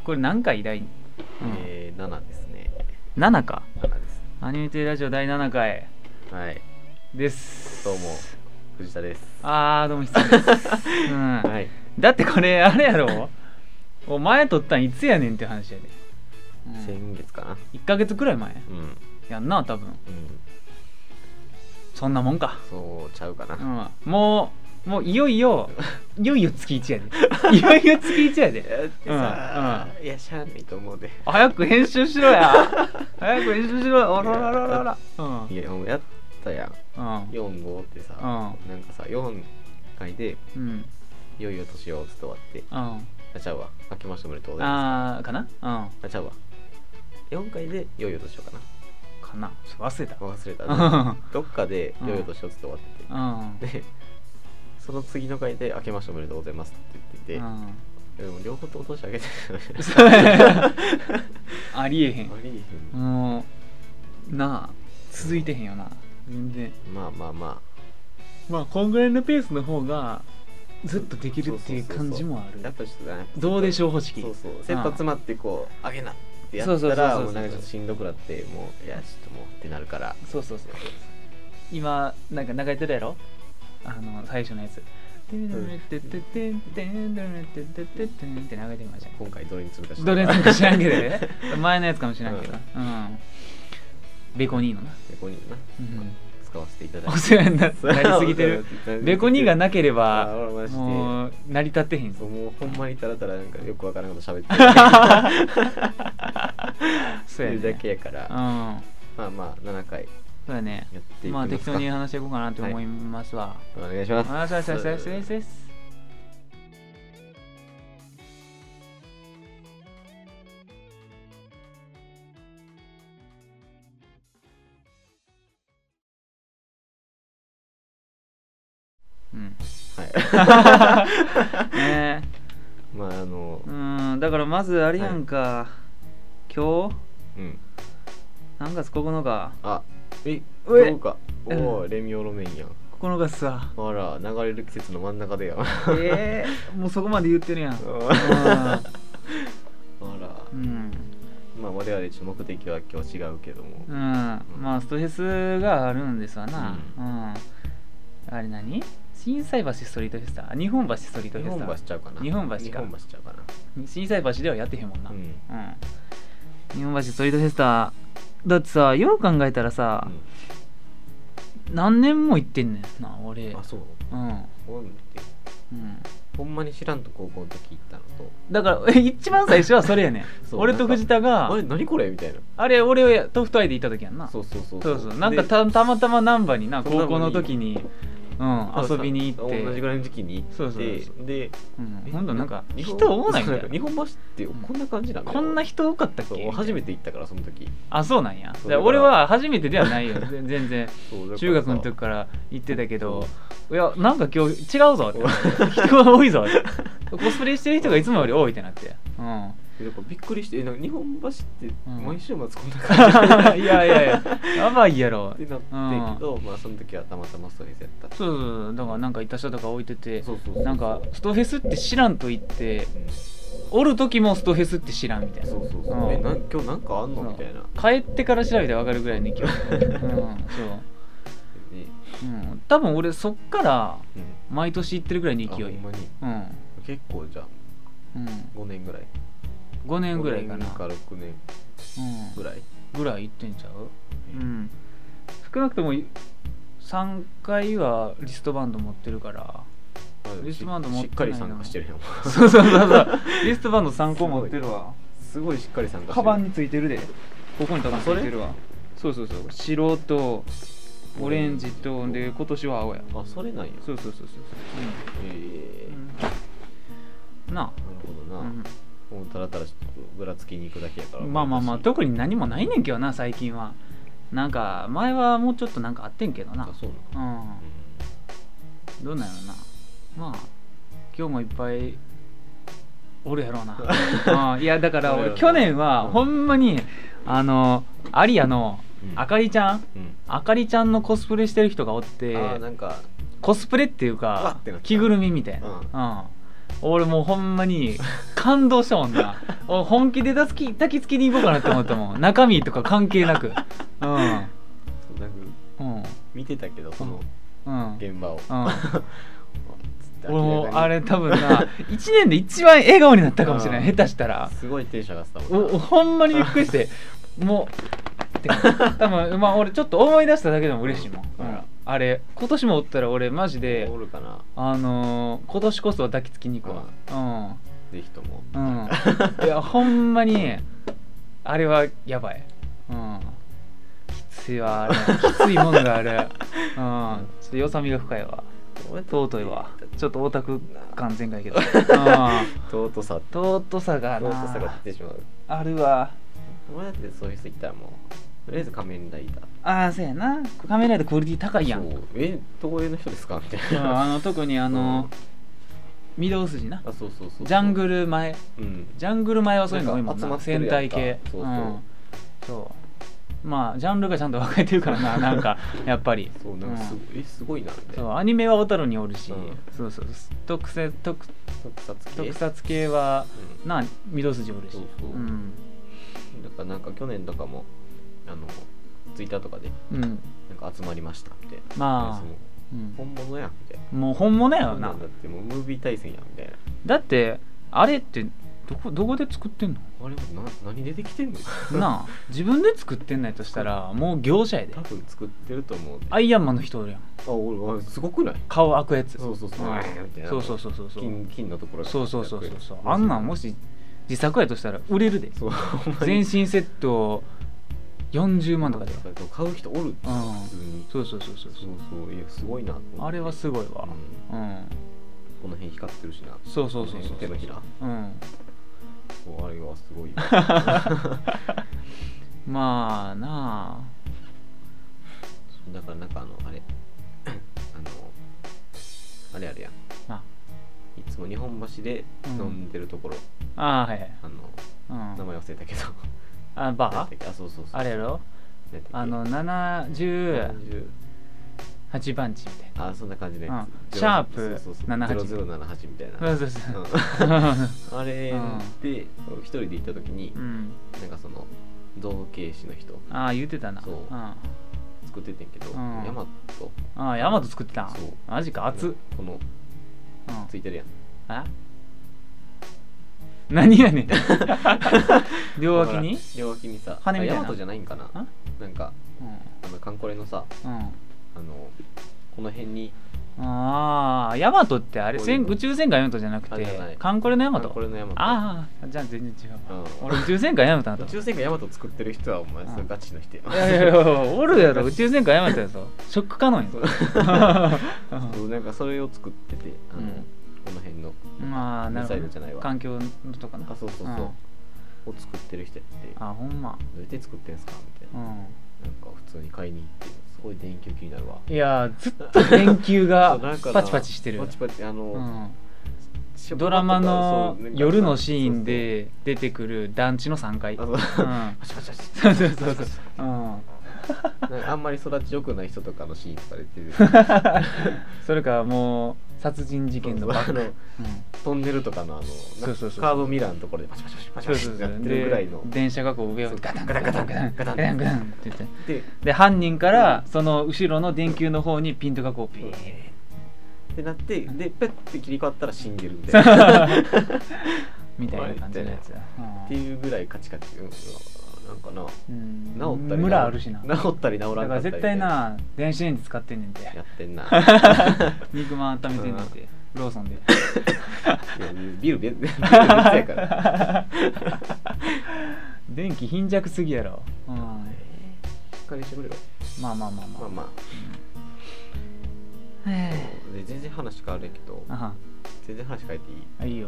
これ何回第、 7ですね。 7か。 7です。 アニメテレラジオ第7回はいです。 どうも藤田です。 どうも失礼です、 はい。 だってこれあれやろお前撮ったんいつやねんって話やで、 先月かな。 1ヶ月くらい前うんやんな多分。そんなもんか。 そうちゃうかな。 もういよいよ月1やでいよいよ月1やでってさ、いやしゃあないと思うで。 早く編集しろや早く編集しろよ。おららららら。 いやもうやったやん。4-5ってさ、なんかさ4回でいよいよ年をつって終わって、ちゃうわ、明けましておめでとうございますかな。 ちゃうわ、4回でいよいよ年をかな忘れたどっかでいよいよ年をつって終わってて、でその次の回で明けましておめでとうございますって言ってて、でも両方とお年上げてるありえへん。もうなあ続いてへんよな全然。まあこんぐらいのペースの方がずっとできるっていう感じもある。 やっぱちょっとね、 どうでしょう方式。 切羽詰まってこう上げなってやったらもうなんかちょっとしんどくなって、もういやちょっともうってなるから。そう今なんか流れてるやろ、最初のやつ。って流れてみました。 今回どれにするか知らんけどね前のやつかもしれんけど、ベコニーノな。使わせていただいてお世話になりすぎてる。ベコニーがなければもう成り立ってへん。 もうほんまにたらたらなんかよくわからんこと喋ってそうやね。 だけやから、まあ7回そうだね。まあ適当に話していこうかなと思いますわ。 お願いします。 だからまずあれやんか、今日何月9日。 今日か。レミオロメンやん。 9日さ。 あら、流れる季節の真ん中でやん。 もうそこまで言ってるやん。あら、まあ我々目的は今日違うけども、 まあストレスがあるんですわな。あれ何？心斎橋ストリートフェスタ、日本橋ストリートフェスタ。 日本橋ちゃうかな。 日本橋ちゃうかな。心斎橋ではやってへんもんな。日本橋ストリートフェスタだってさ、よう考えたらさ、何年も行ってんねんな俺。 そう。ほんまに知らんと高校の時行ったのと。 だから一番最初はそれやねん俺と藤田があれ何これみたいな。 あれ俺と二人で行った時やんな。そうなんかたまたま難波にな、高校の時に遊びに行って、 同じぐらいの時期に行って、でほんとなんか人多ないんだよ。 日本橋ってこんな感じなの。 こんな人多かったっけ。 初めて行ったからその時。 そうなんや。俺は初めてではないよ全然中学の時から行ってたけど、いやなんか今日違うぞって人が多いぞってコスプレしてる人がいつもより多いってなって、 びっくりして、日本橋って毎週末こんな感じ、 いややばいやろってなってけど、その時はたまたまストフェスやった。 そうだからなんか行った人とか置いてて、なんかストフェスって知らんと言って、おる時もストフェスって知らんみたいな。今日なんかあんのみたいな。帰ってから調べて分かるぐらいね今日。多分俺そっから毎年行ってるぐらいの勢い。 結構じゃあ5年ぐらい 5年ぐらいかな。 6年ぐらい行ってんちゃう。少なくとも3回はリストバンド持ってるから。リストバンド持ってないの。 しっかり参加してるよ。 そうリストバンド3個持ってるわ。 すごいしっかり参加してる。 カバンについてるで。ここに多分ついてるわ。そう白とオレンジとで今年は青や。 それなんや。 そうなるほどな。もうたらたらちょっとぶらつきに行くだけやから。 まあ特に何もないねんけどな最近は。なんか前はもうちょっとなんかあってんけどな。どうなんやろな。まあ今日もいっぱいおるやろうな。いやだから俺去年はほんまにアリアのあかりちゃん、あかりちゃんのコスプレしてる人がおって、 なんかコスプレっていうか着ぐるみみたいな、 俺もうほんまに感動したもんな俺本気で抱きつきに行こうかなって思ったもん中身とか関係なくそうなんか、見てたけどその現場を、 俺もあれ多分な1年で一番笑顔になったかもしれない下手したらすごいテンション上がってたもんなほんまにびっくりしてもうてか多分まあ俺ちょっと思い出しただけでも嬉しいもん、あれ今年もおったら俺マジでおるかな今年こそ抱きつきに行くわぜひともいやほんまにあれはやばいきついわあれきついものがあるちょっとよさみが深いわ尊いわちょっとオタク感全開けど尊さが出てしまうあるわ俺だってそういう人いったらもうとりあえず仮面ライダーああそうやな仮面ライダークオリティ高いやん東映の人ですかみたいな特に御堂筋なそうジャングル前ジャングル前はそういうの多いもんな戦隊系そうまあジャンルがちゃんと分かれてるからななんかやっぱりそうなんかすごいなみたいなそうアニメは小樽におるしそう特撮系はな御堂筋おるしだからなんか去年とかもツイッターとかでなんか集まりましたみたいなまあ本物やんみたいなもう本物やよなだってもうムービー対戦やんみたいなだってあれってどこで作ってんのあれ何でできてんのなあ自分で作ってんないとしたらもう業者やで多分作ってると思うアイアンマンの人おるやん俺すごくない顔開くやつそう金のところそうあんなんもし自作やとしたら売れるで全身セット40万とかで買う人おるってそういやすごいなあれはすごいわこの辺光ってるしなそう手のひらあれはすごいまあなあだからなんかあれあるやんいつも日本橋で飲んでるところはい名前忘れたけどバーそうあれやろ78番地みたいなそんな感じのやつシャープ 0078みたいなあれで一人で行った時になんかその造形師の人言ってたな作っててんけどヤマト作ってたマジか熱っこのついてるやん何やねん両脇にさ羽みたいなヤマトじゃないんかななんかカンコレのさこの辺にヤマトってあれ宇宙戦艦ヤマトじゃなくてカンコレのヤマトじゃあ全然違う俺宇宙戦艦ヤマトだ宇宙戦艦ヤマト作ってる人はお前それガチの人やいやおるやろ宇宙戦艦ヤマトやぞショック可能やなんかそれを作っててこの辺のミサイルじゃないわ環境のとかなそうを作ってる人やってほんまどうやって作ってんすかみたいななんか普通に買いに行ってすごい電球気になるわいやずっと電球がパチパチしてるパチパチドラマの夜のシーンで出てくる団地の3階パチパチそうあんまり育ち良くない人とかのシーンとか出てるそれかもう殺人事件のトンネルとかのカーブミラーのところでパチパチパチパチってやってるぐらいの電車がこう上をガタンガタンガタンガタンガタンガタンガタンって言ってで犯人からその後ろの電球の方にピントがこうピーってなってでペッて切り替わったら死んでるみたいなみたいな感じのやつっていうぐらいカチカチなんかな治ったりムラあるしな治ったり治らんかったりだから絶対な電子レンジ使ってんねんてやってんな肉まん温めてんねんてローソンでビール別やから電気貧弱すぎやろしっかりしてくれろまあで全然話変わるけど全然話変えていい？ いいよ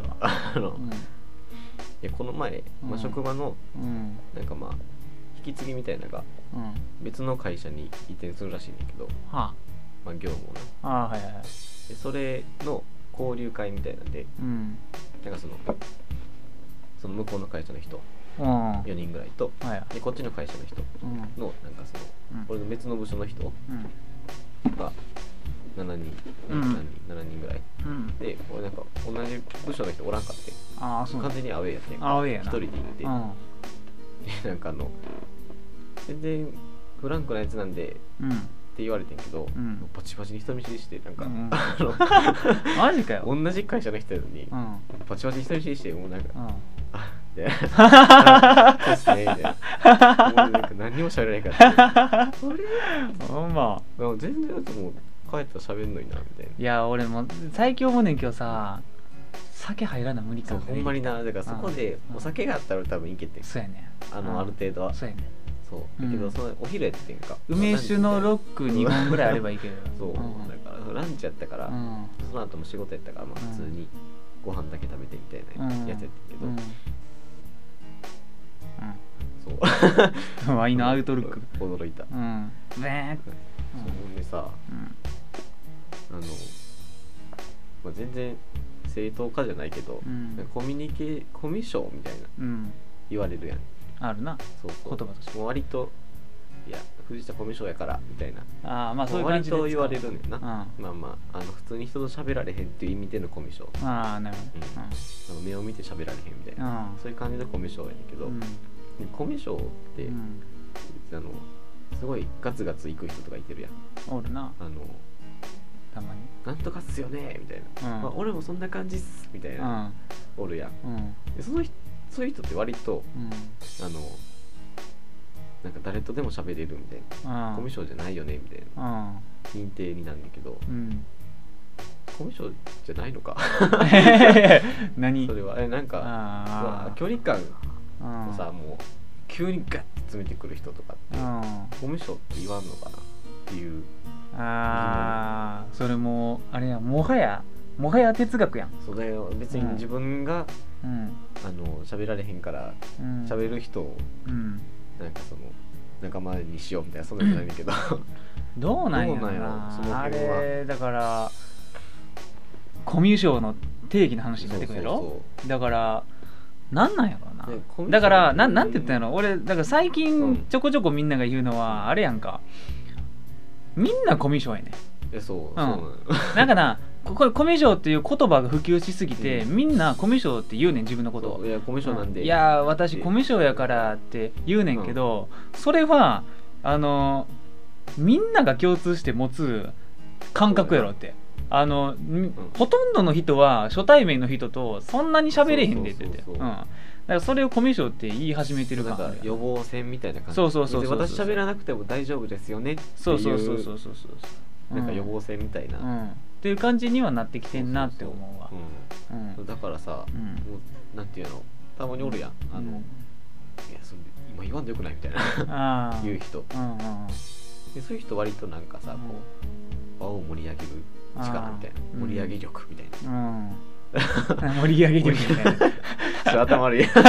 この前、職場のなんか引き継ぎみたいなのが別の会社に移転するらしいんだけど業務をねでそれの交流会みたいなんでなんかその向こうの会社の人4人ぐらいとでこっちの会社の人のなんか俺の別の部署の人が 7人ぐらい、で俺なんか同じ部署の人おらんかって、完全にアウェイやってんか、一人で行って、なんか全然フランクなやつなんで、って言われてんけど、バチバチに人見知りして、なんか、 マジかよ、 同じ会社の人やのに、バチバチに人見知りして、もうなんか、そうっすねみたいな、もうなんか何にも喋れないから全然だともう帰ったら喋んのになみたいな。 いや俺も最近思うねんけどさ、酒入らな無理か。 ほんまにな、だからそこでお酒があったら多分いけて、 そうやね、 ある程度は。 そうやね、 そうだけど、そのお昼やってんか、 梅酒のロック2本ぐらいあればいいけどそうだからランチやったから、その後も仕事やったから、普通にご飯だけ食べてみたいなやつやったけど、 そうワインのアウトルック驚いた。そうでさ、全然正当化じゃないけど、コミュ障みたいな言われるやん。 あるな、 そう言葉として。もう割といや藤田コミュ障やからみたいな、 そういう感じで割と言われるねんな。普通に人と喋られへんっていう意味でのコミュ障。 なるほど。 目を見て喋られへんみたいな、そういう感じのコミュ障やねんけど、コミュ障って、すごいガツガツいく人とかいてるやん。 おるな、たまになんとかっすよねみたいな、俺もそんな感じっすみたいな、おるやん。でそういう人って割と、なんか誰とでも喋れるみたいな、コミュ障じゃないよねみたいな認定になるんだけど、コミュ障じゃないのか何それはなんか距離感をさ、もう急にガッて詰めてくる人とかってコミュ障って言わんのかなっていう。 それもあれや、もはや哲学やん。 そうだよ、別に自分が喋られへんから喋る人をなんかその仲間にしようみたいな、そんなんじゃないんだけどどうなんやろな、あれだからコミュ障の定義の話になってくるやろ。だからなんやろな、だからなんて言ったんやろ、俺だから最近ちょこちょこみんなが言うのはあれやんか、みんなコミュ障やね。なんかな、コミュ障っていう言葉が普及しすぎて、みんなコミュ障って言うねん、自分のことを。 いやコミュ障なんで、 いや私コミュ障やからって言うねんけど、それはみんなが共通して持つ感覚やろって。ほとんどの人は初対面の人とそんなに喋れへんでって言って、だからそれをコミュ障って言い始めてるから、 なんか予防線みたいな感じ。 そう私喋らなくても大丈夫ですよねっていう、なんか予防線みたいな、 っていう感じにはなってきてんなって思うわ。 だからさ、もうなんていうの、たまにおるやん、いやそれ今言わんでよくないみたいな言う人、でそういう人割となんかさ、こう場を盛り上げる力みたいな、盛り上げ力みたいな、 盛り上げ力みたいな頭悪い言い方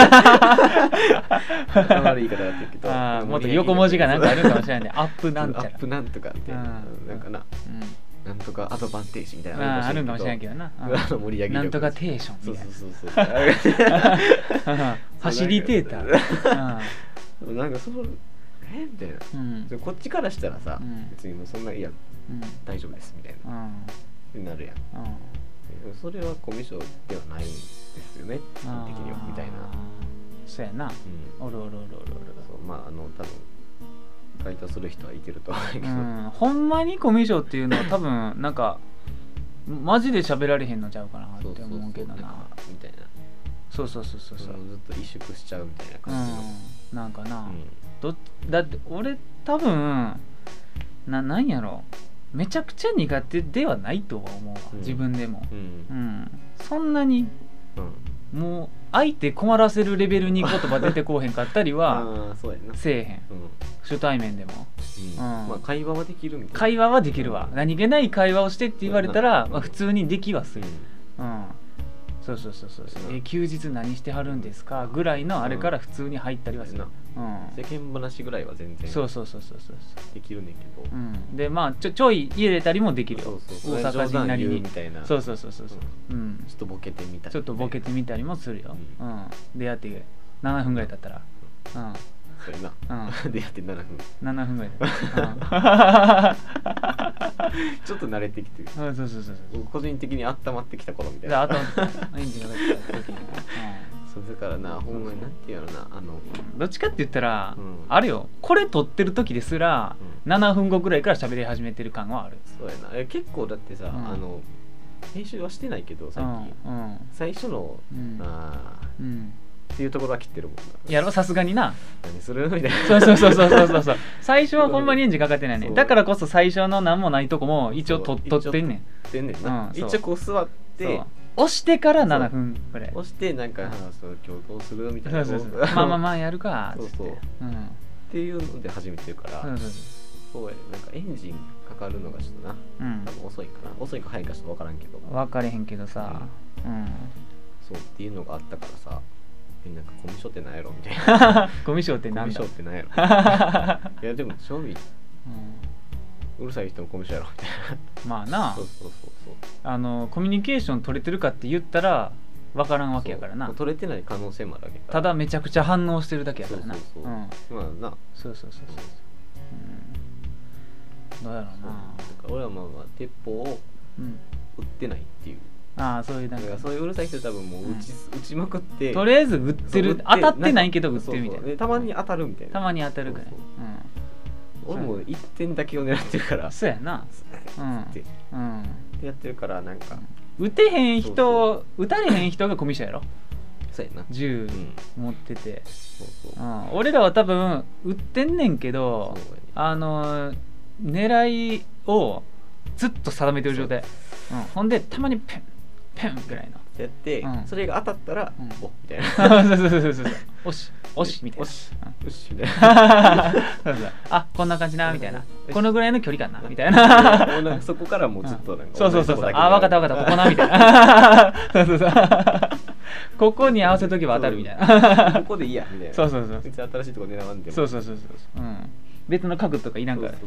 だってるけど、 もっと横文字がなんかあるかもしれないね。アップなんちゃら、 アップなんとかみたいな、なんかな、なんとかアドバンテージみたいなあるかもしれないけどな、 盛り上げ力なんとかテーションみたいな、 そうファシリテーターなんかそのみたいな、こっちからしたらさ、別にもうそんないや大丈夫ですみたいなになるやん。それはコミュ障ではないんですよね、基本的にはみたいな。 そうやな、おるそう、 多分回答する人はいけると思うけど、 ほんまにコミュ障っていうのは多分なんかマジで喋られへんのちゃうかなって思うけどな、みたいな。 そうずっと萎縮しちゃうみたいな感じの、 なんかな、だって俺多分なんやろ、めちゃくちゃ苦手ではないとは思うわ、自分でも、そんなに、もう相手困らせるレベルに言葉出てこうへんかったりはせえへん、初対面でも、 会話はできるみたいな。 会話はできるわ、何気ない会話をしてって言われたら、普通にできはする、そう休日何してはるんですかぐらいのあれから普通に入ったりはする、 世間話ぐらいは全然できるねんけど、 でちょい入れたりもできるよ、大阪人なりに、 みたいな、 ちょっとボケてみたり、 ちょっとボケてみたりもするよ、出会って7分ぐらい経ったら、 そうやな、出会って7 分ぐらいちょっと慣れてきてる。 そう個人的に温まってきた頃みたいな。 温まってエンジンがかかった時にそうだからな、ほんまになんていうのな、 どっちかって言ったら、あるよ、これ撮ってる時ですら、7分後ぐらいから喋り始めてる感はある。 そうやな。結構だってさ、編集はしてないけど最近、最初のっていうところは切ってるもんな。 やろ、さすがにな。 何するみたいな。 そう最初はほんまにエンジンかかってないね。だからこそ最初の何もないとこも一応撮ってんねん。 一応こう座って押してから7分くらい押してなんか今日どうするみたいな。 まあやるかっつって。 っていうので始めてるから。そうやね。なんかエンジンかかるのがちょっとな、多分遅いかな。遅いか早いかちょっと分からんけど。 分かれへんけどさ。 そうっていうのがあったからさ。なんかコミュ障ってなんやろみたいな。 コミュ障ってなんやろいやでも正味、うるさい人もコミュ障やろみたいな。まあな。そうコミュニケーション取れてるかって言ったら分からんわけやからな。 取れてない可能性もあるわけただめちゃくちゃ反応してるだけやからな。 まあな。 そうどうやろうな。 俺はまあ鉄砲を撃ってないっていう。 そういうなんかそういううるさい人多分もう撃ちまくって、 とりあえず撃ってる、当たってないけど撃ってるみたいな。 たまに当たるみたいな。 たまに当たるぐらい。 俺も1点だけを狙ってるから。 そうやな。 ってやってるからなんか撃てへん人、撃たれへん人がコミュ障やろ。 そうやな。 銃持ってて。俺らは多分撃ってんねんけど、狙いをずっと定めてる状態。ほんでたまにペンぐらいのやって、それが当たったらおみたいな。 おしみたいな。おしみたいな。 こんな感じなみたいな。このぐらいの距離感なみたいな。 そこからもうずっとなんかそう分かったここなみたいな。ここに合わせとけば当たるみたいな。 ここでいいやみたいな。 そう別に新しいとこ狙わんでも。 そう別の角度とかいらんから。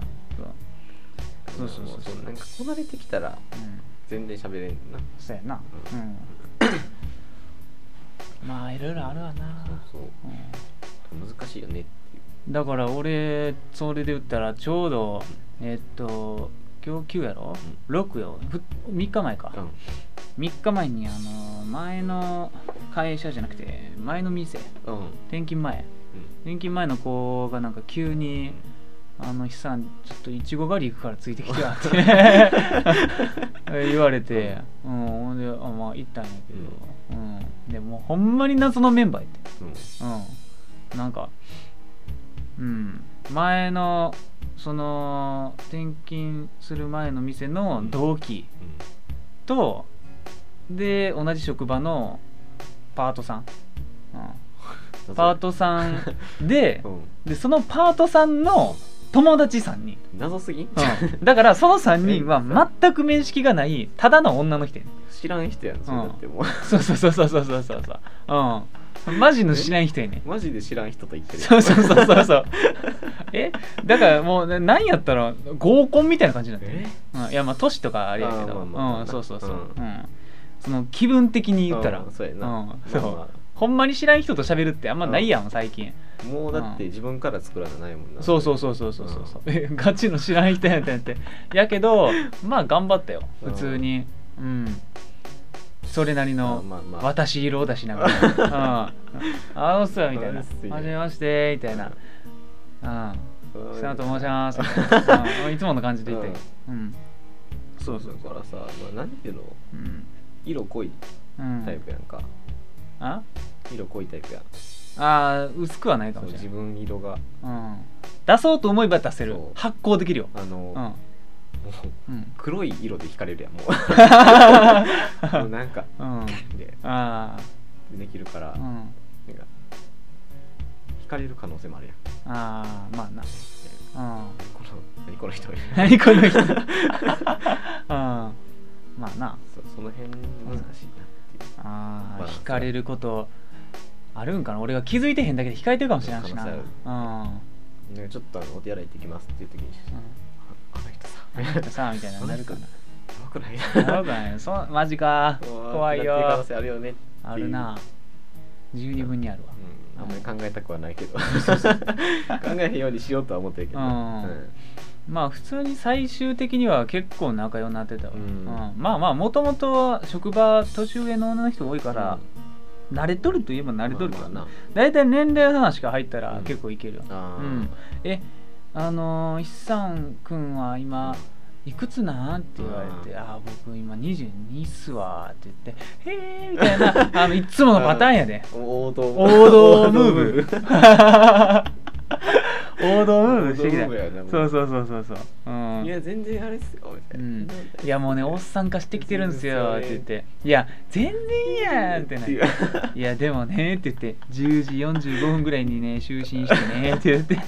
なんかこなれてきたら全然喋れんな。 そうやな。まあいろいろあるわな。 難しいよねっていう。 だから俺それで言ったらちょうど今日9やろ、6よ、3日前か、3日前に前の会社じゃなくて前の店、転勤前の子がなんか急にひさんちょっといちご狩り行くからついてきてやって言われて、ほんでまあ行ったんやけど、でもほんまに謎のメンバーやって、なんか前のその転勤する前の店の同期と、で同じ職場のパートさん、パートさんでそのパートさんの友達3人。 謎すぎ、 だからその3人は全く面識がないただの女の人やねん。 知らん人やん、それだってもう。 そうマジの知らん人やねん。 マジで知らん人と言ってる。 そうだからもう何やったら合コンみたいな感じになってる。いやまあ年とかあれやけど、その気分的に言ったら、ほんまに知らん人と喋るってあんまないやん最近。 もうだって自分から作らないもんな。 そうガチの知らん人やったんやって。やけどまあ頑張ったよ普通に。それなりの私色を出しながらおっすよみたいな、はじめましてみたいな、久野と申しますみたいな、いつもの感じで言って、 そうだからさ、何ていうの、色濃いタイプやんか。色濃いタイプやん。 薄くはないかもしれない。 自分色が出そうと思えば出せる。発光できるよ。 黒い色で惹かれるやんもう。もうなんかでできるから、なんか惹かれる可能性もあるやん。 まあな。 何この人。 何この人。まあな。 その辺難しいなっていう。 惹かれることあるんかな。俺が気づいてへんだけで惹かれてるかもしれないしな。ちょっとお手洗い行ってきますっていう時に、あの人さみたいななるかな。 怖くないマジか。怖いよ。 あるよね。 あるな。十二分にあるあんまり考えたくはないけど考えへんようにしようとは思ってるけど、 まあ普通に最終的には結構仲良くなってたわ、まあまあもともと職場年上の女の人多いから、慣れとるといえば慣れとるけどな、だいたい年齢の話が入ったら結構いけるよ、筆算くんは今いくつなんって言われて、僕今22っすわって言って、へーみたいないつものパターンやで、王道ムーブ王道ムーブしてきた。そう、 いや全然あれっすよみたいな、 いやもうねおっさん化してきてるんすよって言って、いや全然やんってないいやでもねって言って10時45分ぐらいにね就寝してねって言って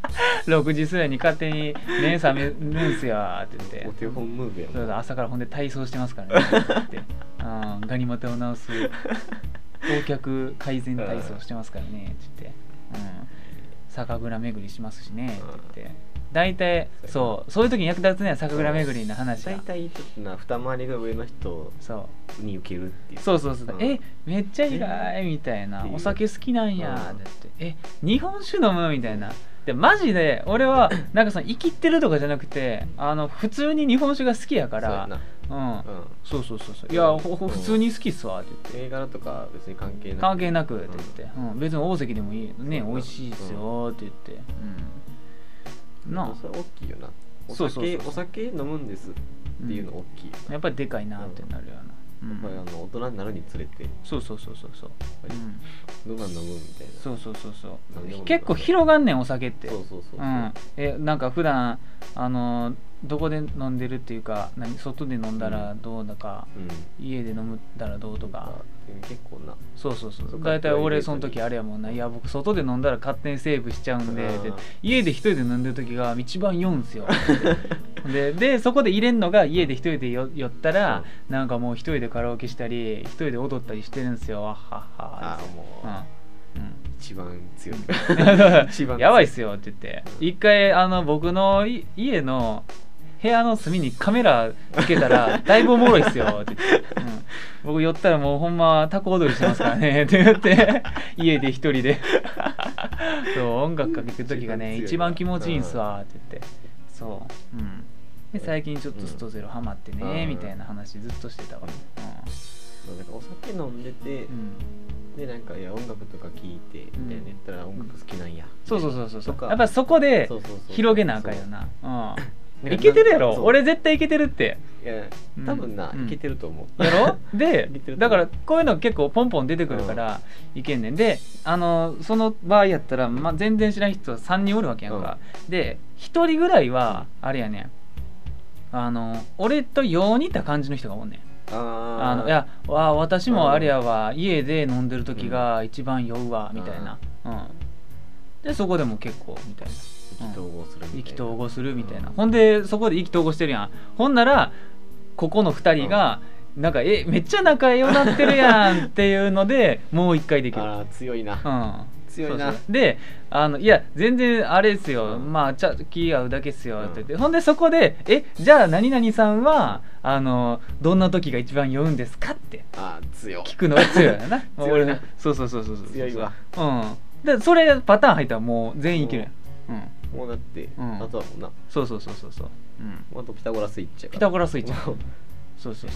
6時すらいに勝手に目覚めるんすよって言って、 お手本ムーブやもん。 朝からほんで体操してますからねって言ってガニ股を直す忘却改善体操してますからねって言って、酒蔵巡りしますしねって言って、大体そういう時に役立つね、酒蔵巡りの話は。 大体ちょっとな二回りが上の人に受けるっていう。 そう、めっちゃ意外みたいな、お酒好きなんやって言って、日本酒飲むみたいな。でマジで俺はなんかその生きってるとかじゃなくて普通に日本酒が好きやから、そういや普通に好きっすわって言って、 映画とか別に関係なくって言って、別に大関でもいいね、美味しいっすよって言って、 なあそれ大きいよな。お酒飲むんですっていうの大きいよな、 やっぱりでかいなってなるよな。 やっぱり大人になるにつれてそうどんなん飲むみたいな、 そう結構広がんねんお酒って。なんか普段どこで飲んでるっていうか、外で飲んだらどうだか、家で飲むだらどうとか、 結構な。 そうだいたい俺その時あれやもんな、いや僕外で飲んだら勝手にセーブしちゃうんで、家で一人で飲んでる時が一番酔うんすよでそこで入れんのが家で一人で酔ったら、なんかもう一人でカラオケしたり一人で踊ったりしてるんすよ。わっはっは一番強いやばいっすよって言って、一回僕の家の部屋の隅にカメラつけたらだいぶおもろいっすよって言って、僕寄ったらもうほんまタコ踊りしてますからねって言って家で一人で音楽かけてる時がね一番気持ちいいんすわって言って、で最近ちょっとストゼロハマってねみたいな話ずっとしてたわ。 お酒飲んでて、でなんかいや音楽とか聴いてみたいな言ったら音楽好きなんや、 そうやっぱそこで広げなあかんよな。いけてるやろ、俺絶対いけてるって。 いや多分いけてると思うやろでだからこういうの結構ポンポン出てくるからいけんねんで、その場合やったら、全然知らん人3人おるわけやんか、で1人ぐらいはあれやねん、俺とよう似た感じの人がおんねん。いや私もあれやわ、家で飲んでる時が一番酔うわみたいな、でそこでも結構みたいな意気投合するみたいな、ほんでそこで意気投合してるやん。ほんならここの2人がなんかめっちゃ仲良くなってるやんっていうのでもう一回できる。 強いな、強いな。 でいや全然あれですよ、気合うだけっすよって言って、ほんでそこでじゃあ何々さんはどんな時が一番酔うんですかって聞くのが強いよな強いな。 そう強いわ。 でそれパターン入ったらもう全員いけるやん。 もうだって、あとはもうな。 そう。 あとピタゴラスイッチやから。 ピタゴラスイッチ。そう。ちょっ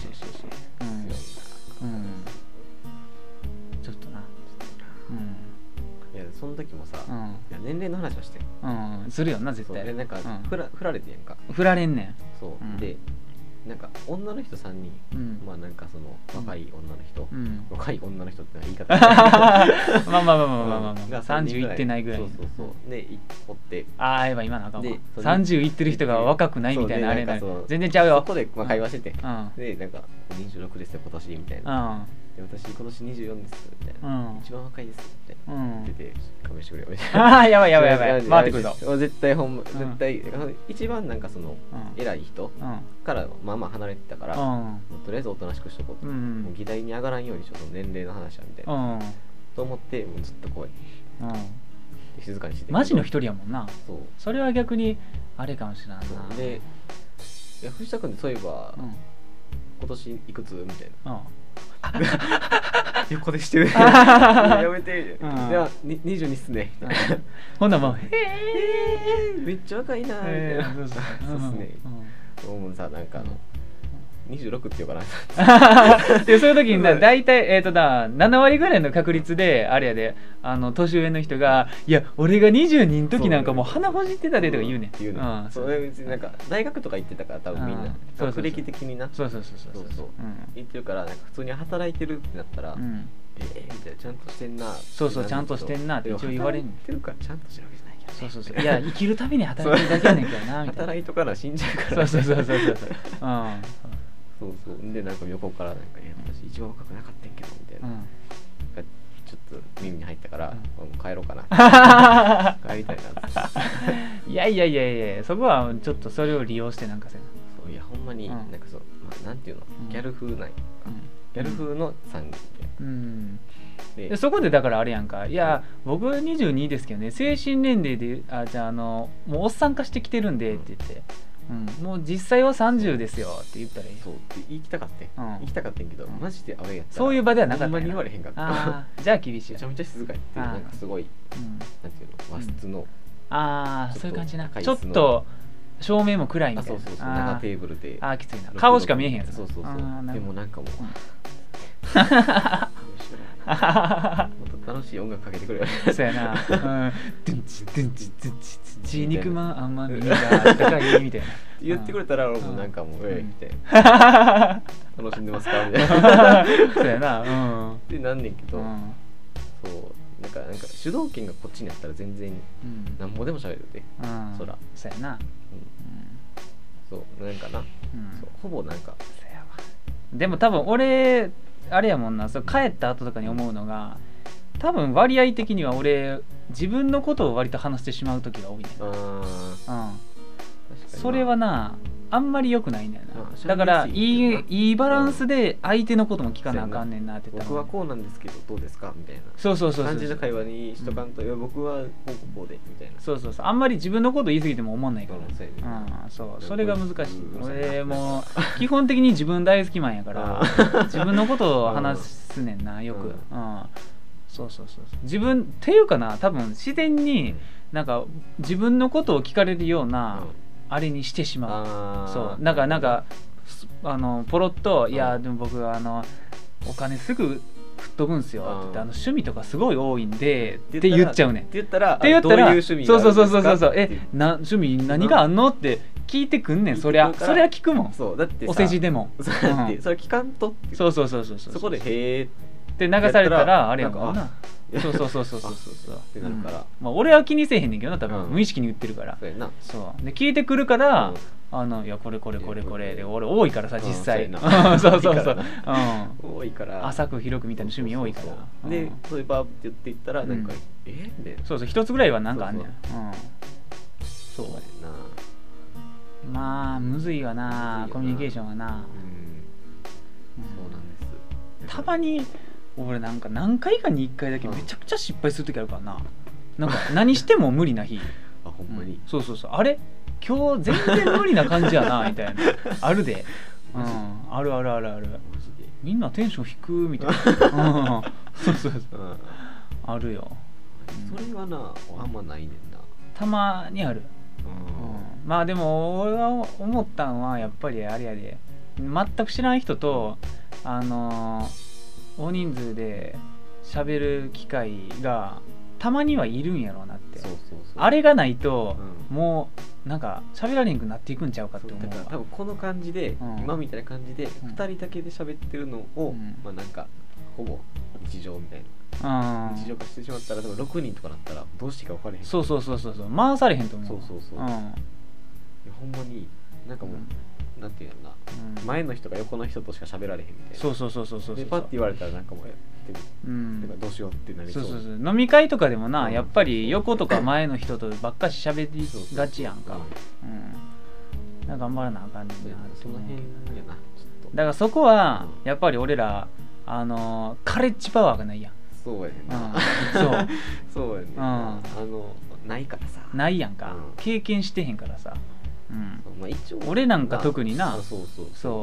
とな。 いやその時もさ、いや年齢の話はしてするよな絶対。 でなんか振られてやんか。 振られんねん。 そうで。なんか女の人3人、なんかその若い女の人、若い女の人って言い方まあ30いってないぐらい。 そうでおって、 やばい今のあかんわ。30いってる人が若くないみたいなあれな、全然ちゃうよ。 そこで会話してて、でなんか26ですよ今年みたいな。で私今年24ですみたいな、一番若いですって言ってて勘弁してくれよみたいな。やばい回ってくるぞ。 絶対絶対一番なんかその偉い人からまあ離れてたから、とりあえずおとなしくしとこうと、議題に上がらんようにしよう、年齢の話はみたいなと思ってもうずっとこう静かにして。 マジの一人やもんな。それは逆にあれかもしれないな。 で藤田君ってそういえば今年いくつみたいな。 横でしてるやめて、では22っすねほんならもうめっちゃ若いなみたいなそうっすねもうさなんか26って言うかなでそういう時に大体7割ぐらいの確率であれやで年上の人が「いや俺が22の時なんかもう鼻ほじってたで」とか言うねん。 それ別になんか大学とか行ってたから多分みんな学歴的になそう言ってるからなんか普通に働いてるってなったらみたいなちゃんとしてんなそうちゃんとしてんなって一応言われんねん。 働いてるからちゃんとしてるわけじゃないけどそういや生きるために働いてるだけやねんけどなみたいな働いとかな死んじゃうからそうでなんか横からなんか私一番若くなかったんけどみたいな、ちょっと耳に入ったから、もう帰ろうかな帰りたいないやそこはちょっとそれを利用してなんかせなそういやほんまになんかそう、なんていうのギャル風ない、ギャル風の3人でそこでだからあれやんかいや僕22ですけどね精神年齢でじゃあもうおっさん化してきてるんでって言ってもう実際は30ですよって言ったらいいそうって言いたかったんけど、マジであれやったらそういう場ではなかったんやほんまに言われへんかったじゃあ厳しいめちゃめちゃ静かやってなんかすごい、なんていうの和室のそういう感じなちょっと照明も暗いみたいなそう長テーブルできついな顔しか見えへんやつそうでもなんかもうもっと楽しい音楽かけてくれよそうやなドゥンチドゥンチドゥンチ血肉まんあんま耳が高いみたいな言ってくれたら俺もなんかもうみたいな楽しんでますかみたいなそうやなってなんねんけどそうなんか主導権がこっちにあったら全然なんぼでも喋るでそらそうやなそうなんかなほぼなんかでも多分俺あれやもんな帰った後とかに思うのが多分割合的には俺自分のことを割と話してしまう時が多いねそれはなあんまり良くないんだよなだからいいバランスで相手のことも聞かなあかんねんなって僕はこうなんですけどどうですかみたいなそう感じの会話にしとかんと僕はこうでみたいなそうあんまり自分のこと言い過ぎても思わないからそれが難しい俺も基本的に自分大好きマンやから自分のことを話すねんなよくそう自分っていうかな多分自然になんか自分のことを聞かれるようなあれにしてしまうそうなんかポロッといやでも僕お金すぐ吹っ飛ぶんすよって言って趣味とかすごい多いんでって言っちゃうねんって言ったらどういう趣味があるんですかそう趣味何があんのって聞いてくんねんそりゃ聞くもんそうだってお世辞でもそれ聞かんとってそうそこでへーって流されたらあれやからなそうってなるから俺は気にせえへんねんけどな多分無意識に言ってるからそうで聞いてくるからいやこれで俺多いからさ実際そう多いから浅く広くみたいな趣味多いからでそういうバーって言っていったらなんかでそう一つぐらいはなんかあんねんそうやなまあむずいわなコミュニケーションはなそうなんですたまに俺なんか何回かに1回だけめちゃくちゃ失敗する時あるからななんか何しても無理な日ほんまにそうあれ今日全然無理な感じやなみたいなあるであるみんなテンション低くみたいなそうあるよそれはなあんまないねんなたまにあるまあでも俺が思ったのはやっぱりあれやで全く知らん人と大人数で喋る機会がたまにはいるんやろうなってあれがないと、もうなんか喋られんくなっていくんちゃうかって思う。 だから多分この感じで、今みたいな感じで2人だけで喋ってるのを、まあなんかほぼ日常みたいな、日常化してしまったら多分6人とかなったらどうしていいか分からへん。 そう回されへんと思う。 そう、ほんまになんかもう、なんていうのな、前の人が横の人としか喋られへんみたいな。そうでパッて言われたらなんかもうどうしようってなりそう。 飲み会とかでもな、やっぱり横とか前の人とばっかし喋りがちやんか。なんか頑張らなあかんねんな。 その辺やな。 だからそこはやっぱり俺らカレッジパワーがないやん。 そうやねんな。そうやねんな。ないからさ。 ないやんか。経験してへんからさ。俺なんか特にな。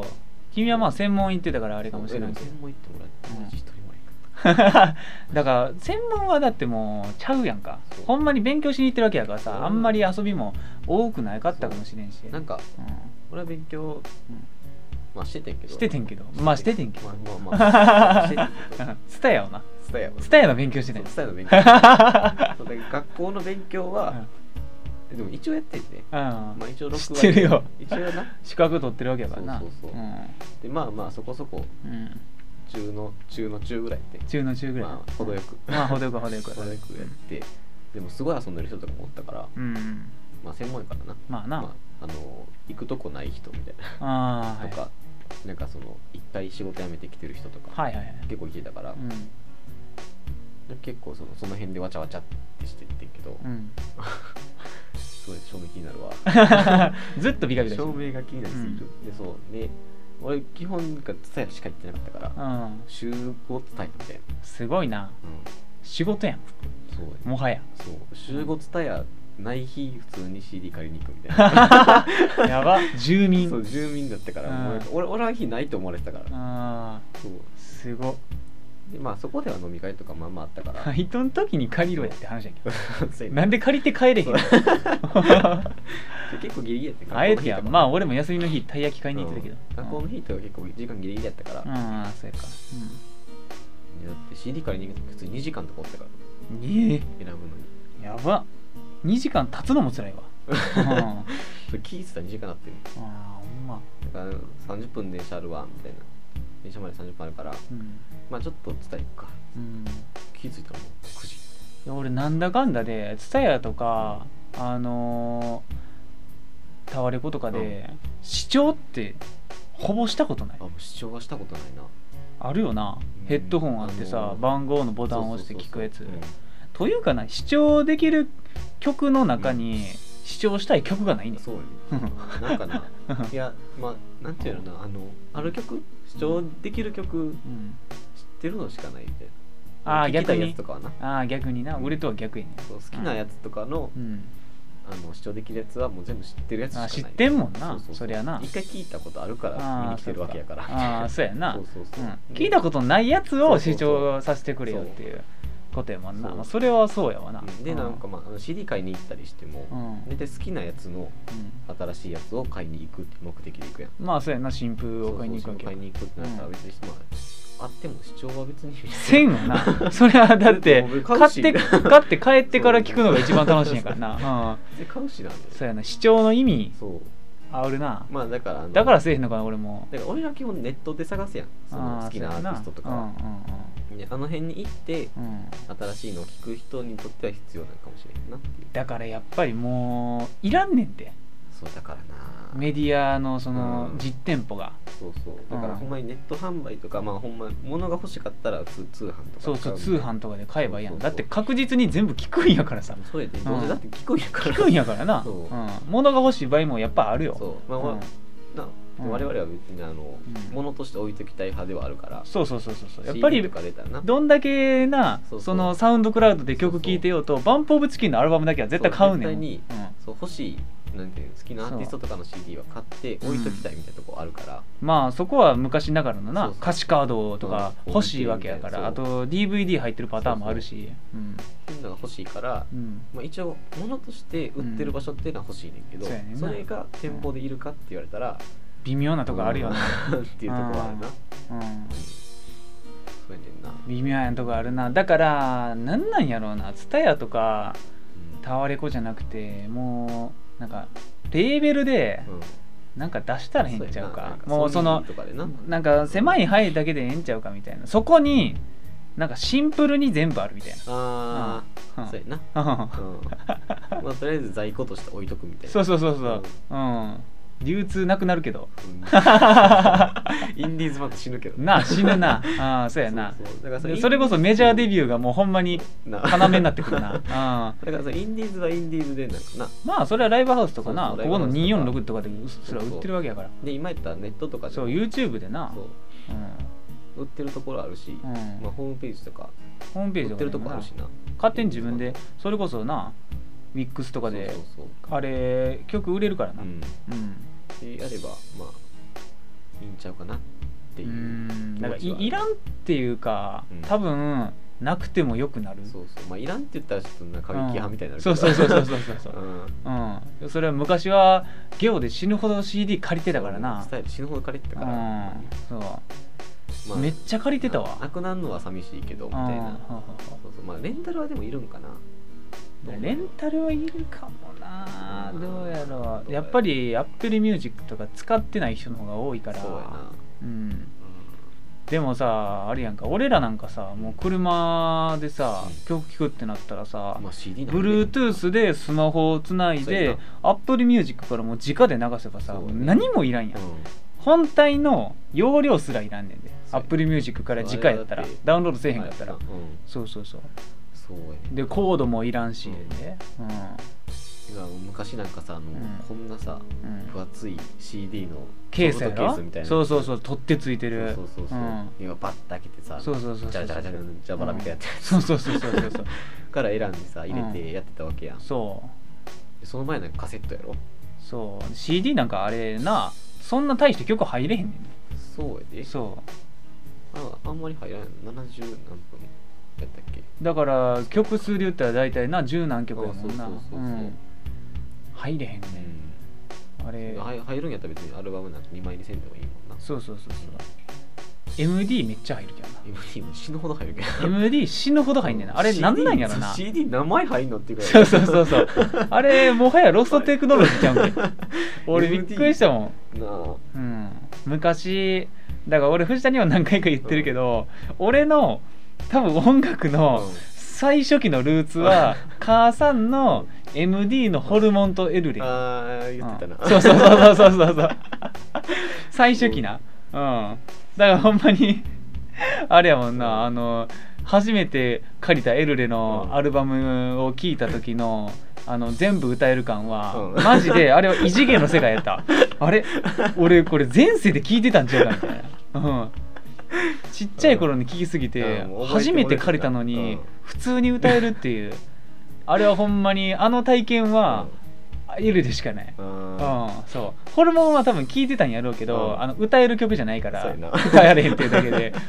君はまあ専門行ってたからあれかもしれないけど。 専門行ってもらって一人もだから専門はだってもうちゃうやんか。ほんまに勉強しに行ってるわけやからさ、あんまり遊びも多くないかったかもしれんし。 なんか、俺は勉強、まあしててんけど。 しててんけど。まあしててんけど。 まあスタヤをな。 スタヤの勉強してない。 スタヤの勉強。学校の勉強は、でも一応やってんね。まあ一応6割。知ってるよ。一応な。資格取ってるわけやからな。そうで、まあまあそこそこ。中の中ぐらいって中の中ぐらい、 まあ程よく程よくやってでもすごい遊んでる人とかもおったから、まあ専門やからな、 まあな、 行くとこない人みたいなとか、なんかその一回仕事辞めてきてる人とか結構いてたから、結構その辺でわちゃわちゃってしてってんけど、すごい照明気になるわずっとビカビカ照明が気になりすぎる、でそうね、俺基本が伝えしか行ってなかったから、週5伝えみたいな。 すごいな、仕事やん。そうもはやそう週5伝えない日普通に CD 借りに行くみたいなやば住民そう住民だったから、俺は日ないと思われてたから、 そうすごでまあそこでは飲み会とかまあまああったからバイトの時に借りろやって話やけどなんで借りて帰れへん結構ギリギリやったあえてやまあ俺も休みの日たい焼き買いに行ってたけど、 学校の日とか結構時間ギリギリやったから、 そうやか、だって CD 借りに行くと普通2時間とかおったから選ぶのにやば2時間経つのも辛いわ聞いてたら2時間なってる。 ほんまだから30分電車あるわみたいな、電車まで30分あるから、まあちょっと伝え行くか、気づいたらもう9時。 いや俺なんだかんだでTSUTAYAとかタワレコとかで視聴ってほぼしたことない。 視聴はしたことないな。 あるよな、ヘッドホンあってさ、番号のボタンを押して聞くやつというかな、視聴できる曲の中に視聴したい曲がないね。 そうなんかないやまあなんていうのな、ある曲視聴できる曲、知ってるのしかないみたいな。 逆にやつとかはな。 逆にな、俺とは逆やね。 好きなやつとかの、視聴できるやつはもう全部知ってるやつしかない。 知ってんもんな。そりゃな。 一回聞いたことあるから見に来てるわけやから。 そうやな。聞いたことないやつを視聴させてくれよっていうことやもんな。それはそうやわな。 でなんかまあ CD 買いに行ったりしても、大体好きなやつの新しいやつを買いに行くって目的で行くやん。 まあそうやな、新風を買いに行くわけ。 買いに行くってなったら別にあっても視聴は別にせんわな。それはだって買って帰ってから聞くのが一番楽しいんやからな。 買うしなんで。 そうやな、視聴の意味あるな。 まあだからせえへんのかな俺も。 だから俺は基本ネットで探すやん、その好きなアーティストとかは。あの辺に行って新しいのを聞く人にとっては必要なのかもしれんなっていう。 だからやっぱりもういらんねんて。 そうだからな、 メディアのその実店舗が。 そうだからほんまにネット販売とか、まあほんま物が欲しかったら通販とか。 そう通販とかで買えばいいやん。だって確実に全部聞くんやからさ。 そうやで、どうせだって聞くんやから。 聞くんやからな。物が欲しい場合もやっぱあるよ。 そうまあ我々は別に物として置いときたい派ではあるから。 そうやっぱりどんだけなそのサウンドクラウドで曲聴いてようとバンプオブチキンのアルバムだけは絶対買うねん。 絶対に欲しいなんていう好きなアーティストとかの CD は買って置いときたいみたいなとこあるから、 まあそこは昔ながらのな歌詞カードとか欲しいわけやから、あと DVD 入ってるパターンもあるし、 そういうのが欲しいから、まあ一応物として売ってる場所っていうのは欲しいねんけど、それが店舗でいるかって言われたら微妙なとこあるよなっていうとこはあるな。そうやねんな。 微妙なとこあるな。だからなんやろうな、TSUTAYAとかタワレコじゃなくてもうなんかレーベルでなんか出したらへんちゃうか、もうそのなんか狭い範囲だけでええんちゃうかみたいな、そこになんかシンプルに全部あるみたいな。 そうやな。まあとりあえず在庫として置いとくみたいな。 そう流通なくなるけどインディーズバンド死ぬけど死ぬな。そうやな。それこそメジャーデビューがもうほんまに要になってくるな。だからさインディーズはインディーズでなんかな、 まあそれはライブハウスとかな、ここの246とかですら売ってるわけやから。 で今言ったらネットとかでそう YouTube でな売ってるところあるし、まあホームページとか売ってるとこあるしな、 勝手に自分でそれこそなWIX とかであれ曲売れるからな。 でやればまあいいんちゃうかなっていうなんかいらんっていうか、多分なくてもよくなる。 そうそう、まあいらんって言ったらちょっとなんか過激派みたいになるけど、そうそれは昔はゲオで死ぬほど CD 借りてたからな。 スタイル死ぬほど借りてたから、 そう、まあ、めっちゃ借りてたわ。 なくなるのは寂しいけどみたいな。そうそう、まあレンタルはでもいるんかな。 レンタルはいるかもな。どうやろう。やっぱり Apple Music とか使ってない人の方が多いから。 そうやな。 でもさ、あれやんか、俺らなんかさ、もう車でさ、曲聴くってなったらさ、 まあ、 Bluetooth でスマホをつないで Apple Music からもう直で流せばさ、何もいらんやん。本体の容量すらいらんねんで。Apple Music から直やったら、ダウンロードせえへんかったら。そうでコードもいらんし、 昔なんかさ、こんなさ、分厚い CD のケースやろ、 みたいな、 そう取ってついてる、 今バッと開けてさ、ジャラジャバラみたいなやつ、そうから選んでさ入れてやってたわけやん。 その前なんかカセットやろ。 そう CD なんかあれな、そんな大して曲入れへんねん。 そうやで。あんまり入らん。70何分やったっけ。 だから曲数で言ったら大体な10何曲やもんな。入れへんねん、あれ。 入るんやったら別にアルバムなんて2枚にせんでもいいもんな。 そうMD めっちゃ入るけどな。 MD も死ぬほど入るけど MD 死ぬほど入んねんな。あれなんなんやろな。 CD 何枚入んのっていうか。 そうあれもはやロストテクノロジーちゃうんけ俺びっくりしたもん。昔だから俺藤田には何回か言ってるけど、俺の多分音楽の最初期のルーツは母さんの MD のホルモンとエルレ。 言ってたな。 そう最初期な。だからほんまにあれやもんな、初めて借りたエルレのアルバムを聴いた時の全部歌える感は、マジであれは異次元の世界やった。あれ俺これ前世で聴いてたんちゃうかみたいな。ちっちゃい頃に聴きすぎて初めて借りたのに普通に歌えるっていう、あれはほんまに体験はエルでしかない。そうホルモンは多分聴いてたんやろうけど、歌える曲じゃないから歌えれへんっていうだけで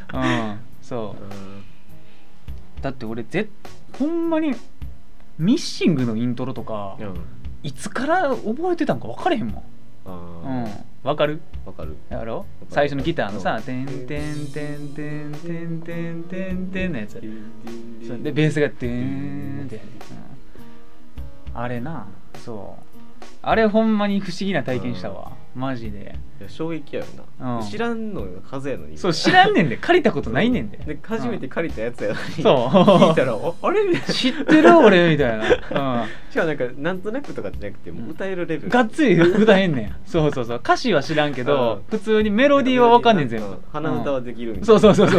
だって俺ほんまにミッシングのイントロとか、いつから覚えてたんか分かれへんもん。分かるやろ。最初のギターのさ、てんてんてんてんてんてんてんてんのやつで、ベースがてんって、あれな。あれほんまに不思議な体験したわ、マジで。 いや衝撃やろな、知らんのよ数やのに。 そう知らんねんで、借りたことないねんで。 で初めて借りたやつやのに、 聞いたらあれみたいな、 知ってる俺みたいな。 しかもなんかなんとなくとかじゃなくても歌えるレベル、 がっつり歌えんねん。そう歌詞は知らんけど普通にメロディーは分かんねん全部。 鼻歌はできるみたいな。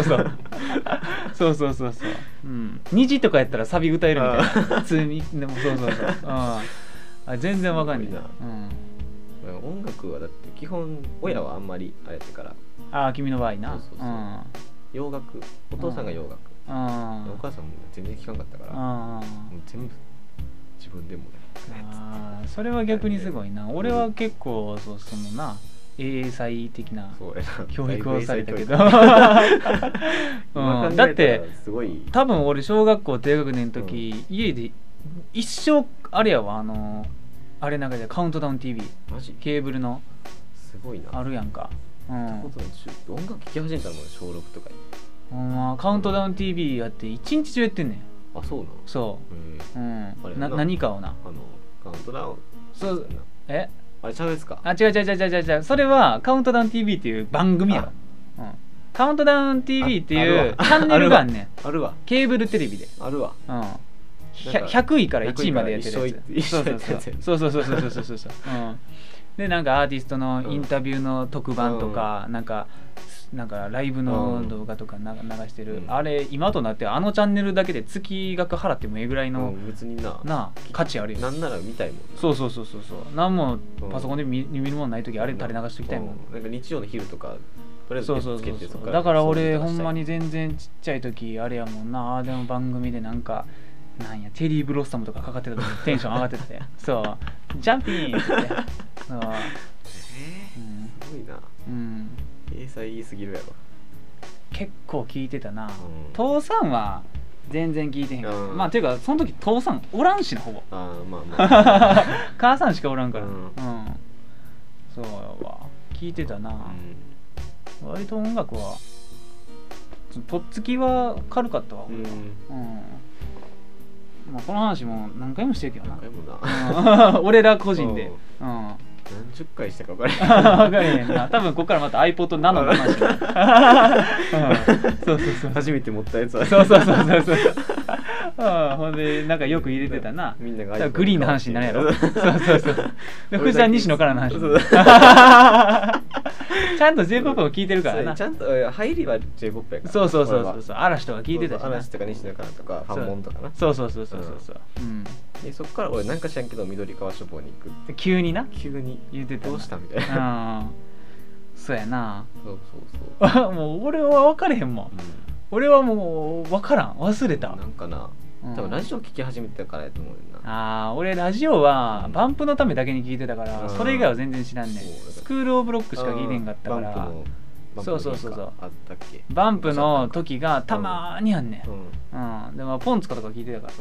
そう虹とかやったらサビ歌えるみたいな。普通にでも全然分かんねえな。音楽はだって基本親はあんまりあれやってから。 君の場合な。 洋楽、お父さんが洋楽、お母さんも全然聴かんかったから、もう全部自分でもね。 それは逆にすごいな。俺は結構そのな英才的な教育をされたけどだって多分俺小学校低学年の時、家で一生あれやわ、あれなんかでカウントダウン TV ケーブルのすごいなあるやんか。 音楽聴き始めたのも小6とかにカウントダウン TV やって一日中やってんねん。 そうなの。 そう何かをな、 カウントダウン。 そうあれちゃうやつか。 違うそれはカウントダウン TV っていう番組やろ。カウントダウン TV っていうチャンネルがあんねん。 あるわ。 ケーブルテレビであるわ。 100位から1位までやってるやつ。そうでなんかアーティストのインタビューの特番とか、なんかライブの動画とか流してる、あれ今となってチャンネルだけで月額払ってもええぐらいの別にな価値あるよ。 なんなら見たいもん。 そう何もパソコンで見るもんない時あれ垂れ流しておきたいもん。 なんか日曜の昼とかとりあえずつけて、 だから俺ほんまに全然ちっちゃい時あれやもんな。でも番組でなんかなんやテリー・ブロッサムとかかかってた時テンション上がっててジャンピングってすごいな。 掲載言いすぎるやろ。 結構聞いてたな、父さんは全然聞いてへんから、まあていうかその時父さんおらんしな、ほぼ。 まあ母さんしかおらんから、そうは聞いてたな、割と音楽はとっつきは軽かったわ、俺は。まあこの話も何回もしてるけどな。 何回もな。 俺ら個人で。 何十回したか分からへん。分からへんな。多分ここからまた iPod Nano の話。そうそうそう。 初めて持ったやつは。 そう。ほんでなんかよく入れてたな。みんながグリーンの話になるやろ。そう。で藤田西野からの話。ちゃんと J-POP を聞いてるからな。 ちゃんと入りは J-POP やから。 そう。嵐とか聞いてたし。 嵐とか西野からとかファンモンとかな。 そう。 でそっから俺なんか知らんけど緑川書房に行くって急に言ってた。どうしたみたいな。そうやな。 そうもう俺は分かれへんもん。俺はもう分からん、忘れた。 なんかな、多分ラジオ聞き始めてたからやと思うよな。 俺ラジオはバンプのためだけに聞いてたから、それ以外は全然知らんねん。スクールオブロックしか聞いてんかったから。そう。 あったっけ。 バンプの時がたまーにあんねん。でもポンツカとか聞いてたから。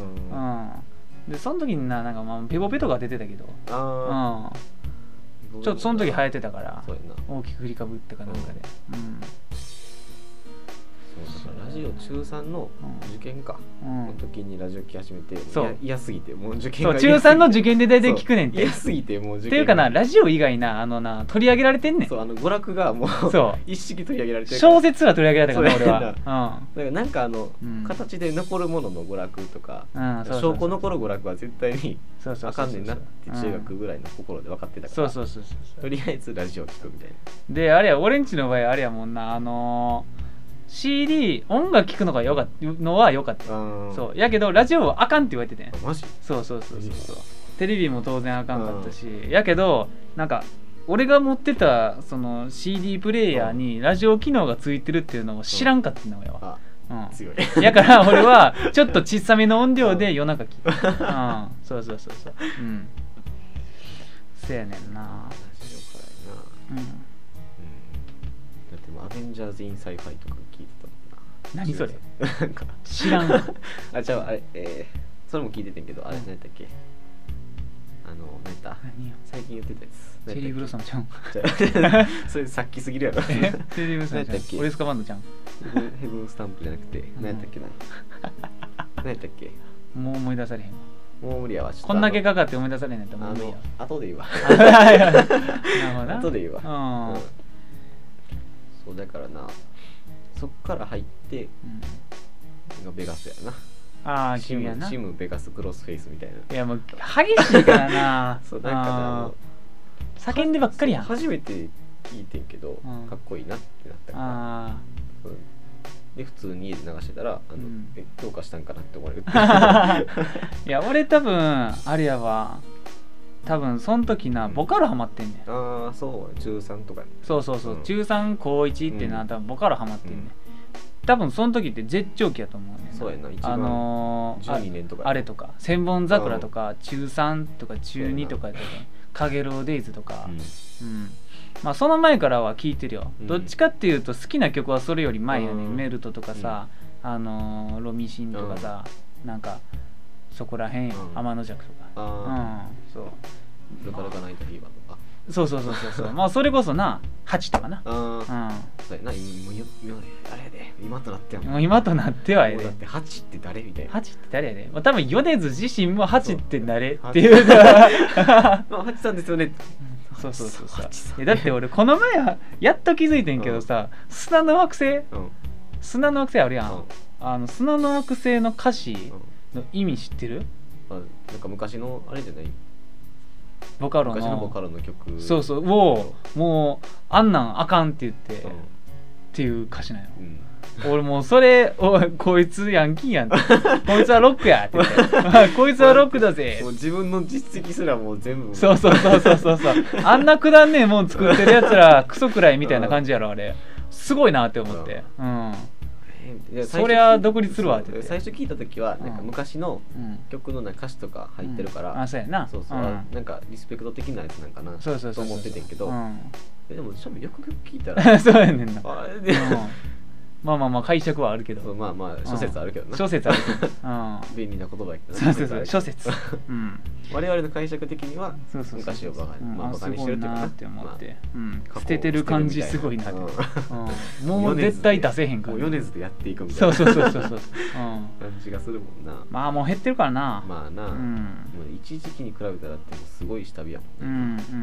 でその時になんかペポペとか出てたけど、ちょっとその時流行ってたから大きく振りかぶってかなんかで。 ラジオ中3の受験かの時にラジオ聞き始めて、嫌すぎてもう受験が中3の受験で大体聞くねんって。 嫌すぎてもう受験っていうかな、ラジオ以外な取り上げられてんねん。 そう、娯楽がもう一式取り上げられてる。 小説ら取り上げられたから俺は。だからなんか形で残るものの娯楽とか証拠残る娯楽は絶対にあかんねんなって中学ぐらいの心で分かってたから、とりあえずラジオ聞くみたいな。 であれや、俺んちの場合あれやもんな、CD 音楽聴くのがよかったのはよかった。そうやけどラジオはあかんって言われてて。 マジ？ そう。テレビも当然あかんかったし、やけどなんか俺が持ってたその CD プレイヤーにラジオ機能がついてるっていうのを知らんかったのよ。 強い。 やから俺はちょっと小さめの音量で夜中聴く。そう。せやねんな。 ラジオからやな。だってもうアベンジャーズ・イン・サイファイとか聞いてたもんな。 何それ？ なんか知らん。 じゃああれ、それも聞いててんけど、あれ何やったっけ？何やった？最近言ってたやつ。 チェリーブロッサムちゃん。 それさっきすぎるやろ。 チェリーブロッサムちゃん。オレスカバンドちゃん。 ヘブンスタンプじゃなくて何やったっけな。何やったっけ？ もう思い出されへん。 もう無理やわ。 こんだけかかって思い出されへんやったらもう無理や。 後でいいわ。 なるほどな。 後でいいわ。そうだからな、そっから入って、ベガスやな。 君やな。 シムベガスクロスフェイスみたいな。 いやもう激しいからな。 そうなんか叫んでばっかりやん。 初めて聞いてんけど、かっこいいなってなったから。で普通に家で流してたら強化したんかなって思われる。 いや俺多分あれやわ。多分その時なボカロハマってんねん。 そう中3とかに。そう中3高1ってな多分ボカロハマってんねん。多分その時って絶頂期やと思うねん。 そうやな。一番12年とかあれとか千本桜とか中3とか中2とかやったけんカゲロウデイズとか。まあその前からは聴いてるよ。どっちかっていうと好きな曲はそれより前やねん。メルトとかさ、ロミシンとかさ、なんかそこらへん天の弱とか。そう。 ルカルカナイトフィーバーとか。 そうまあそれこそな8とかな。 そうやな。あれやで今となってはもう今となってはやで。 だって8って誰みたいな。 8って誰やで。多分米津自身も8って誰っていう。 8さんですよね。 そうだって俺この前やっと気づいてんけどさ、砂の惑星あるやん。砂の惑星の歌詞の意味知ってる？ なんか昔のあれじゃない？ 昔のボカロの曲。 そうもうあんなんあかんって言ってっていう歌詞なんよ。俺もうそれこいつヤンキーやんこいつはロックやって言ってこいつはロックだぜ。 もう自分の実績すらもう全部。 そうあんなくだんねえもん作ってるやつらクソくらいみたいな感じやろ。あれすごいなって思って。そりゃ独立するわって言って。 最初聞いた時はなんか昔の曲の歌詞とか入ってるから、 そうやな。 なんかリスペクト的なやつなんかなと思っててんけど、 でもしかもよく聞いたらそうやねんな。 あれで、 まあ解釈はあるけど、 まあ諸説あるけどな。 諸説あるけど、 便利な言葉やけどそう諸説。 我々の解釈的には昔をバカにしてるっていうかなって思って、捨ててる感じすごいなって。もう絶対出せへんから。 もう米津でやっていくみたいな。 そう感じがするもんな。 まあもう減ってるからな。 まあな。もう一時期に比べたらってすごい下火やもんね。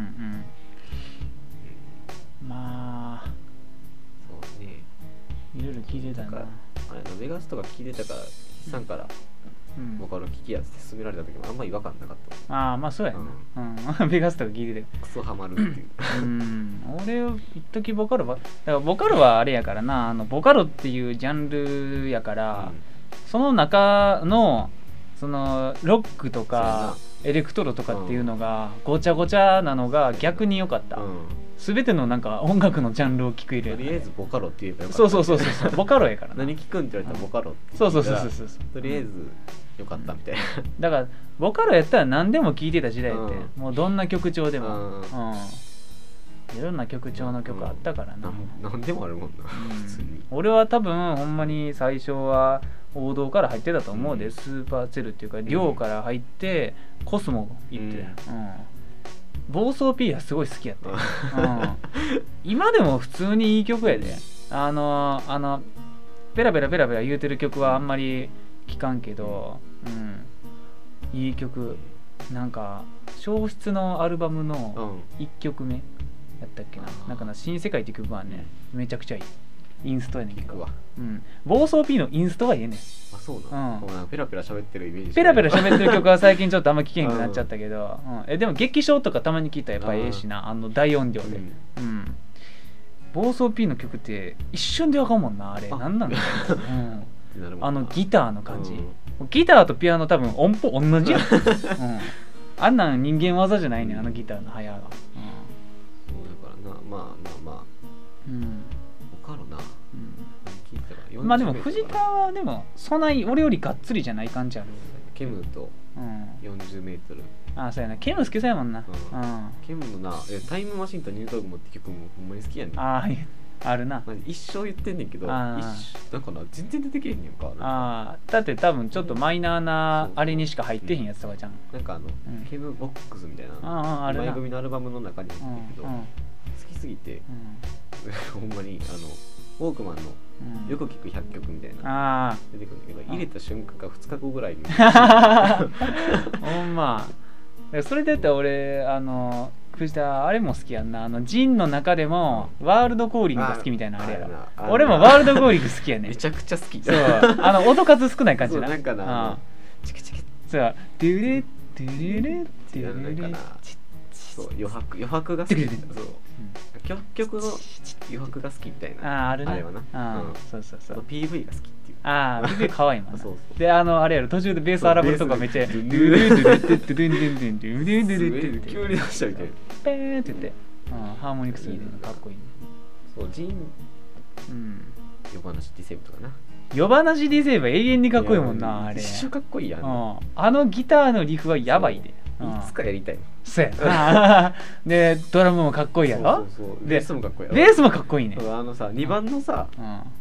まあそうね。 いろいろ聞いてたな。 ベガスとか聞いてたから筆さんからボカロ聞きやって勧められた時もあんま違和感なかった。 まあそうやな。ベガスとか聞いててクソハマるっていう。 俺一時ボカロはだからボカロはあれやからな、ボカロっていうジャンルやから、その中のそのロックとかエレクトロとかっていうのがごちゃごちゃなのが逆に良かった。全てのなんか音楽のジャンルを聴く入れとりあえずボカロって言えばよかった。 そうボカロやから何聴くんって言われたらボカロってそうとりあえずよかったみたいな。 だからボカロやったら何でも聴いてた時代ってもうどんな曲調でもいろんな曲調の曲あったからな。 何でもあるもんな普通に。 俺は多分ほんまに最初は王道から入ってたと思うで、スーパーチェルっていうか寮から入ってコスモ行って暴走 P はすごい好きやった、今でも普通にいい曲やで。ペラペラ言うてる曲はあんまり聞かんけど、いい曲。なんか消失のアルバムの1曲目やったっけな、なんかな新世界っていう曲はねめちゃくちゃいい。インストやねんけど、暴走 P のインストはええねん。 そうなの。ペラペラ喋ってるイメージ。 ペラペラ喋ってる曲は最近ちょっとあんま聞けへんくなっちゃったけど、でも劇場とかたまに聞いたらやっぱりええしな、大音量で。暴走 P の曲って一瞬でわかんもんな、あれなんなんだろう。ギターの感じ、ギターとピアノ多分音符同じやん。あんなん人間技じゃないねん、ギターの早が。そうだからな、まあボカロな。 まあでも藤田はでもそんなに俺よりがっつりじゃない感じある。 ケムと40メートル。 そうやな、ケム好きそうやもんな。 ケムのなタイムマシンとニュードグモって曲もほんまに好きやねん。 あるな。 一生言ってんねんけどなんかな全然出てけへんねんか。 だって多分ちょっとマイナーなあれにしか入ってへんやつとかじゃん。 なんかケムボックスみたいな前組のアルバムの中に入ってるけど好きすぎてほんまにウォークマンのよく聞く100曲みたいな出てくるんだけど、入れた瞬間か2日後ぐらいにほんまそれで言ったら俺藤田あれも好きやんな。ジンの中でもワールドコーリングが好きみたいなあれやろ。俺もワールドコーリング好きやね。 めちゃくちゃ好き。 そう音数少ない感じな。 なんかなチキチキそうドゥレドゥレドゥレそう余白が好き。そう曲の余白が好きみたいな。 あれはな。 そう PV が好きっていう。 PV 可愛いもんな。 そうであれやろ、途中でベース荒ぶるとかめっちゃドゥルドゥルドゥルドゥルドゥルドゥルドゥルドゥルドゥル急に出したみたいな。 ペーって言ってハーモニクスいいね、かっこいいね。 そうジン夜話ディセーブとかな。 夜話ディセーブ永遠にかっこいいもんな。あれ一瞬かっこいいやん。 ギターのリフはやばいで。 いつかやりたい。 そうやな。でドラムもかっこいいやろ。 ベースもかっこいい。 ベースもかっこいいね。 2番のさ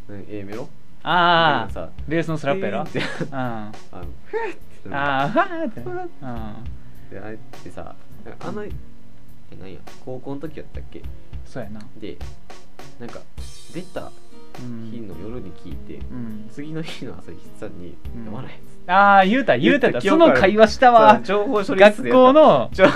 A メロベースのスラップやろ。 ふーってであれってさ何や高校の時やったっけ。 そうやな。 でなんか出た日の夜に聞いて次の日の朝筆さんに読まないやつ。言うたその会話したわ。 情報処理室で学校のそう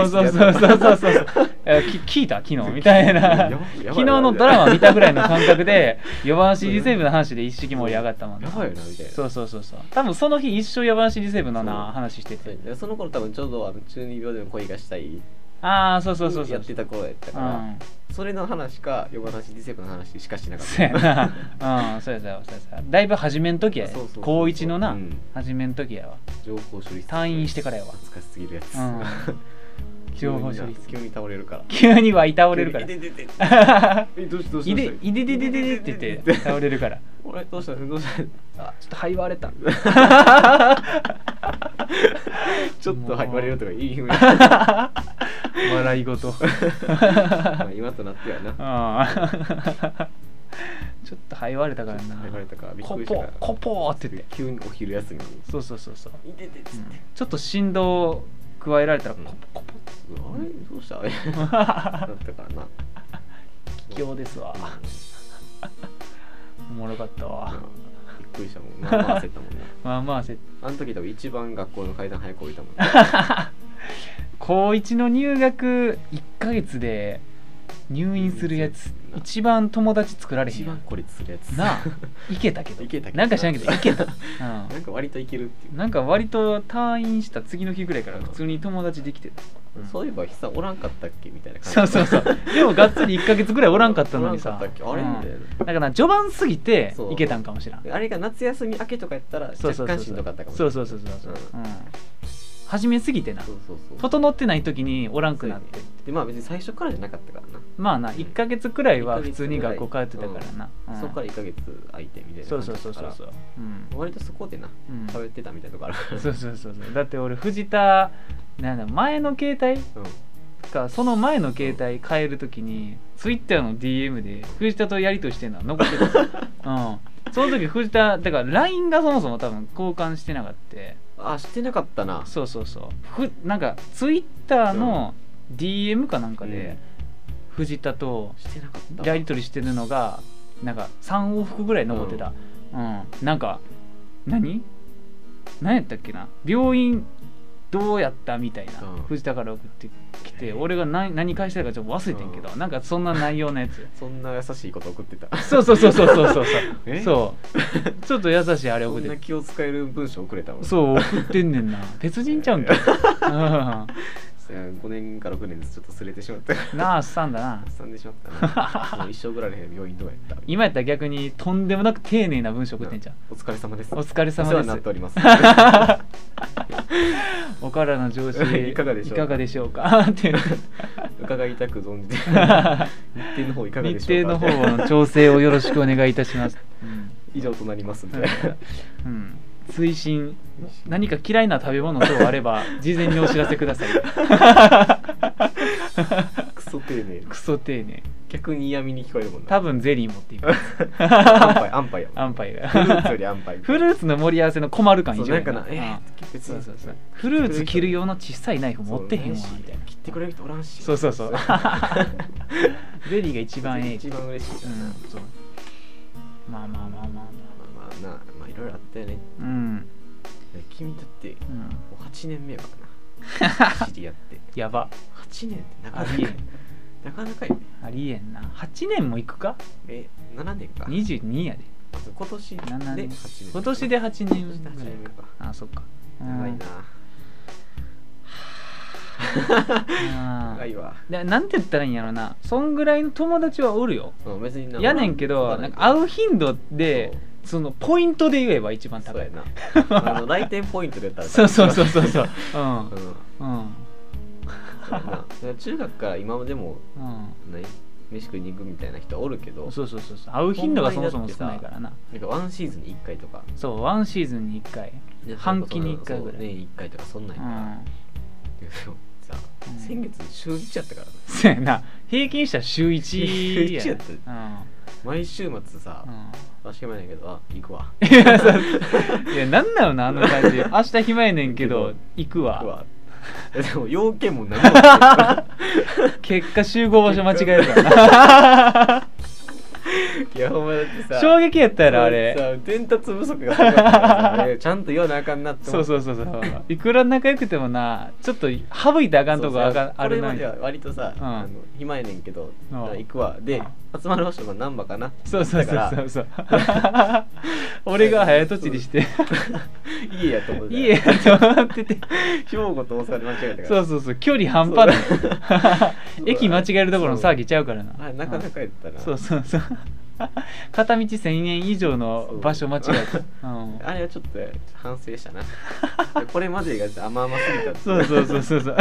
聞いた昨日みたいな。昨日のドラマ見たぐらいの感覚で夜話リセーブの話で一式盛り上がったもんな。 やばいよなみたいな。 そう多分その日一生夜話リセーブの話してて、 その頃多分ちょうど中二病での恋がしたいそうやってた頃やったから、それの話か夜話ディセーブの話しかしなかった。 そうやな。そうやだいぶ初めん時や。高1のな初めん時やわ。 情報処理室退院してからやわ。 懐かしすぎるやつ。 情報処理室急に倒れるから。 急には倒れるから。 どうしたいでって言って倒れるから。 俺どうしたちょっと肺割れた。 ちょっと肺割れるとかいいふうに。 笑い事まあ今となってはなちょっと言われたからな。 言われたからびっくりしたからコポーって言って急にお昼休みにそういててっつって、 ちょっと振動加えられたらコポコポあれどうしたなったからな。 貴重ですわ。おもろかったわ。 びっくりしたもん。まあまあ焦ったもんな。 まあまあ焦った。 あの時多分一番学校の階段早く降りたもん。 高1の入学1ヶ月で入院するやつ一番友達作られへん。 一番孤立するやつ。 なあ、いけたけど。なんか知らんけどいけた。 なんか割といけるっていう。 なんか割と退院した次の日ぐらいから普通に友達できてた。 そういえば久おらんかったっけみたいな感じ。そうでもがっつり1ヶ月ぐらいおらんかったのにさ。 あれみたいな。 だから序盤すぎていけたんかもしれん。 あれが夏休み明けとかやったら若干しんどかったかもしれない。 そう。始めすぎてな。整ってない時におらんくなって。 でまあ別に最初からじゃなかったからな。 まあな1ヶ月くらいは普通に学校通ってたからな。 そこから1ヶ月空いてみたいな感じだったから。そう割とそこでな喋ってたみたいなとこあるから。 そうだって俺藤田前の携帯かその前の携帯変える時にツイッターの DM で藤田とやりとりしてんの残ってた。その時藤田だから LINE がそもそも多分交換してなかった。 してなかったな。 そうなんかツイッターの DM かなんかで藤田とやり取りしてるのがなんか3往復ぐらい残ってた。なんか何やったっけな、病院どうやったみたいな藤田から送ってきて、俺が何返したかちょっと忘れてんけど、なんかそんな内容のやつ。 そんな優しいこと送ってた。 そうそうちょっと優しいあれ送って。 そんな気を使える文章送れたもん。 そう送ってんねんな。別人ちゃうんけ。 5年か6年でちょっとすれてしまったなあ。すさんだな。 すさんでしまったな。もう一生ぐらいで病院どうやった今やったら逆にとんでもなく丁寧な文章送ってんじゃん。 お疲れ様です。 お疲れ様です。 お世話になっております。 お体の調子いかがでしょうかって伺いたく存じて日程の方いかがでしょうか。 日程の方の調整をよろしくお願いいたします。 以上となりますんで。 追伸何か嫌いな食べ物等あれば事前にお知らせください。 クソ丁寧。逆に嫌味に聞こえるもんな。 多分ゼリー持っていく。 アンパイや。 アンパイがフルーツよりアンパイ。 フルーツの盛り合わせの困る感以上やな。フルーツ切る用の小さいナイフ持ってへんわみたいな。 切ってくれる人おらんし。 そう。ゼリーが一番一番嬉しい。 まあいろいろあったよね。君だってもう8年目やからな。知り合って。 やば。 8年ってなかなかやね。 ありえんな。8年もいくか ？7年か。 22やで。 今年で8年。 今年で8年ぐらいか。そっか。 長いな。 長いわ。なんて言ったらいいんやろな。そんぐらいの友達はおるよ。 別にやねんけど、なんか会う頻度でそのポイントで言えば一番高いな。来店ポイントで言ったら。 そう。 中学から今までも飯食いに行くみたいな人おるけど、 そう会う頻度がそもそも少ないからな。 なんかワンシーズンに1回とか。 そうワンシーズンに1回、半期に1回ぐらい、 年1回とかそんなんやから。先月週1やったからな。 そうやな。平均したら週1やった。 毎週末さ、私暇やねんけど行くわ。 いやなんなのなあの感じ。明日暇やねんけど行くわ。 でも要件も何もない結果集合場所間違えるからな。 いやほんまだってさ、 衝撃やったやろあれ。 伝達不足がすごかったからちゃんと言わなあかんなって思って。 そういくら仲良くてもな、ちょっと省いてあかんとこあるな。 これまでは割とさ、暇やねんけど行くわで集まる場所が難波かな。 そう俺が早とちりして家やと思ってて兵庫と大阪で間違えたから。 そう距離半端ない。駅間違えるところの騒ぎちゃうからな。 なかなかやったな。 そう片道1000円以上の場所間違えた。 あれはちょっと反省したな。これまでが甘すぎた。 そう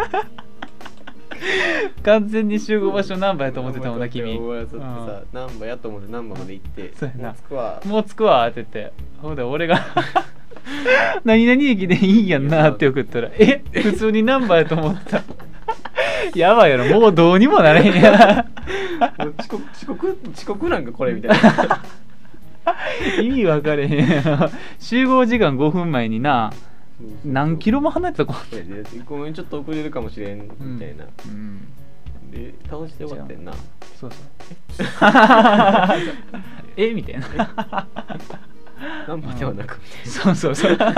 完全に集合場所難波やと思ってたもんな君。 難波やと思って難波まで行ってもう着くわって言って、ほんで俺が何々駅でいいやんなって送ったら、普通に難波やと思ってた。 やばいやろ、もうどうにもなれへんや遅刻なんかこれみたいな意味分かれへん集合時間5分前にな何キロも離れてた子ごめんちょっと遅れるかもしれんみたいな、で倒して終わってんな。 そうみたいな何歩ではなくみたいな。 そう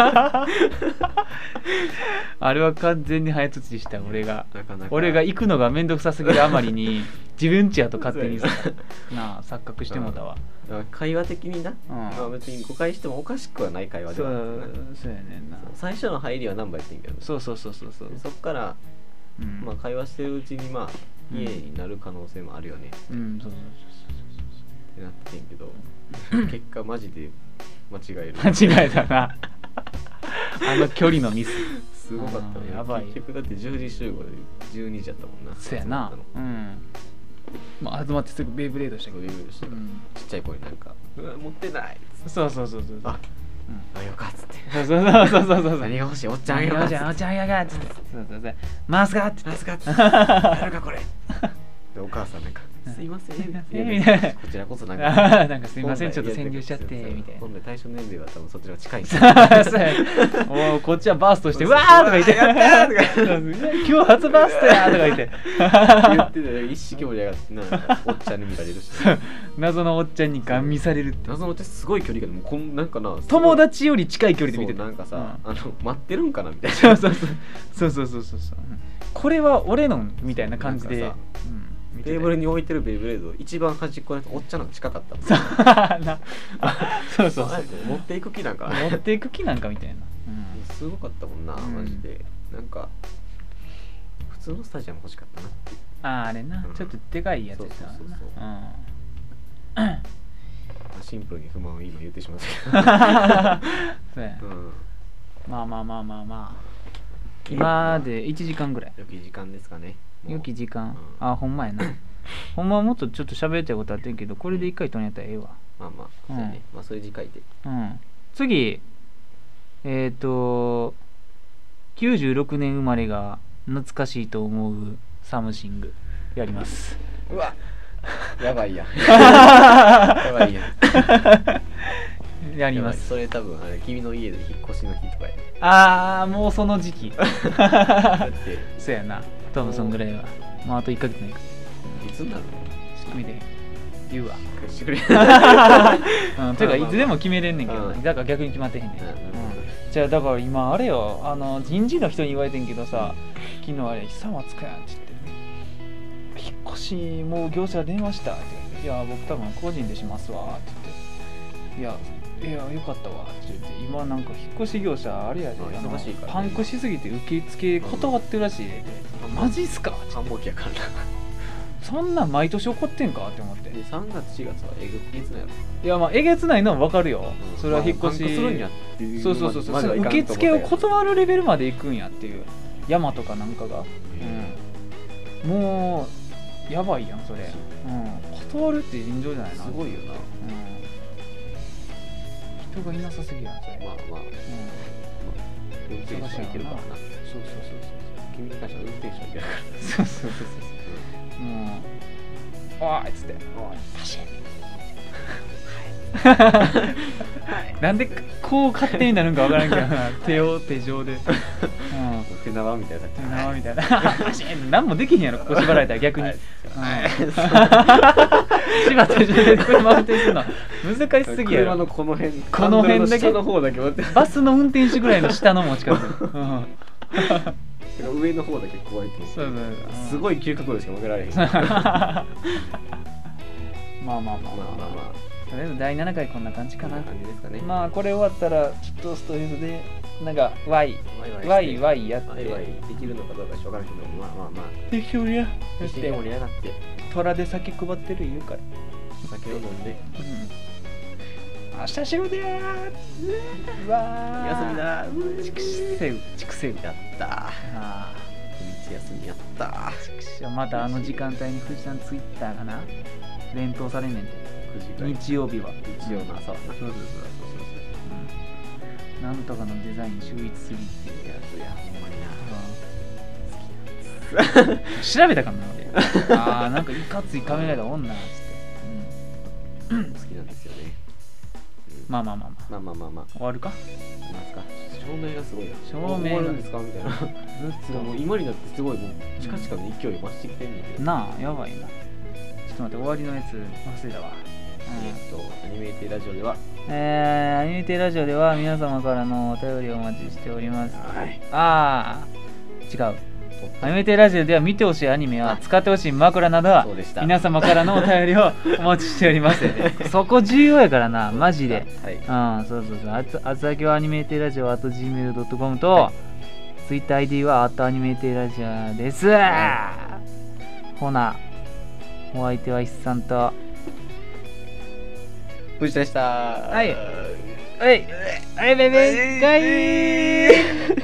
あれは完全に早とちりした俺が行くのがめんどくさすぎるあまりに自分家やと勝手に錯覚してもたわ。 会話的にな、別に誤解してもおかしくはない会話ではある。 そうやねんな。 最初の入りは何倍やってんけど、 そっから会話してるうちに家になる可能性もあるよねってなってんけど、結果マジで間違えたなあの距離のミスすごかったね。 やばい。 結局だって10時集合で12時やったもんな。 そうやな。集まってすぐベイブレードしたけど、 ちっちゃい子になんか持ってない。 そうあよかっつって。 そう何が欲しいおっちゃんあげよかおっちゃんあげよかっつって。マスカってやるかこれでお母さんなんかすいませんみたいな、こちらこそなんかすいませんちょっと占領しちゃってみたいな。 今度対象年齢は多分そっちが近いんですよこっちはバーストしてうわーとか言ってやったーとか今日初バーストやーとか言って言ってたよ。一式盛り上がってな、おっちゃんに見られるし謎のおっちゃんにガン見されるって。 謎のおっちゃんすごい距離がもうなんかな友達より近い距離で見てた。 なんかさ待ってるんかなみたいな。 そうこれは俺のみたいな感じでテーブルに置いてるベイブレード一番端っこのやつおっちゃんの近かったもん。そう持っていく気なんかみたいな、 すごかったもんなマジで。なんか普通のスタジアム欲しかったなっていう。 あれな、ちょっとでかいやつですよな。 シンプルに不満を今言ってしまったけどまあ今で1時間ぐらい。 良き時間ですかね。 良き時間。ほんまやな。ほんまはもっとちょっと喋りたいことあってんけど、これで1回取りやったらええわ。 そうやね。そういう次回で。 次96年生まれが懐かしいと思うサムシングやります。 うわやばいややばいややります。 それ多分君の家で引っ越しの日とかや。もうその時期そうやな。多分そんぐらいはあと1ヶ月ないか。 いつになるの？ 決めて言うわ。 してくれというかいつでも決めれんねんけど、だから逆に決まってへんねん。じゃあだから今あれよ、人事の人に言われてんけどさ、昨日あれ久松くんって言って引っ越しもう業者電話したって言って、いや僕多分個人でしますわって言って、いやよかったわって言って、今なんか引っ越し業者あれやで、 忙しいから、 パンクしすぎて受付断ってるらしいで、マジっすかって繁忙期やからなそんなん毎年起こってんかって思って。 で3月4月はえげつないやろ。 いやえげつないのは分かるよ、それは引っ越し、 するんやっていう、 そう受付を断るレベルまで行くんやっていう、山とかなんかが、もうやばいやんそれ、断るって尋常じゃないな。 すごいよな、 人がいなさすぎやんそれ。 運転手はいけるからな。そう君に関しては運転手はいけるから。そうもうおーいっつってパシッなんでこう勝手になるんか分からんけどな手上で手縄みたいなパシッ何もできへんやろ、ここ縛られたら逆に縛って上で車運転するの難しすぎやろ。 車のこの辺だけの方だけバスの運転手ぐらいの下の持ち方上の方だけ怖いってすごい急角度しか曲げられへんまあとりあえず第7回こんな感じかな。まあこれ終わったらちょっとストレスでなんかワイやってできるのかどうかしょうがないけど、 できるや盛り上がって虎で酒配ってる言うから酒を飲んで、 明日仕事やー、うわ休みだー、畜生やった土日休みやったまた時間帯に富士山ツイッターかな連投されんねんて、日曜日は日曜の朝はな。そうなんとかのデザイン秀逸すぎっていうやつや。 ほんまにな。 です調べたかな俺ああなんかいかつい仮面ライダーおんなっつって、 好きなんですよね。 まあ終わるか。 なんすか照明がすごいな。 照明終わるんですかみたいな。もう今になってすごいもうチカチカの勢いを増してきてんねんけど。 なあやばいな。ちょっと待って終わりのやつ忘れたわ。 アニメーティラジオではアニメーティラジオでは皆様からのお便りをお待ちしております。 はい。 違う。アニメテラジオでは見てほしいアニメは使ってほしい枕などは皆様からのお便りをお待ちしておりますそこ重要やからなマジで、はい、そうあつあきはアニメテラジオ@gmail.com と、はい、ツイッター ID はアニメテラジオです、はい、ほなお相手は一さんと藤田でした。 はいバイバイ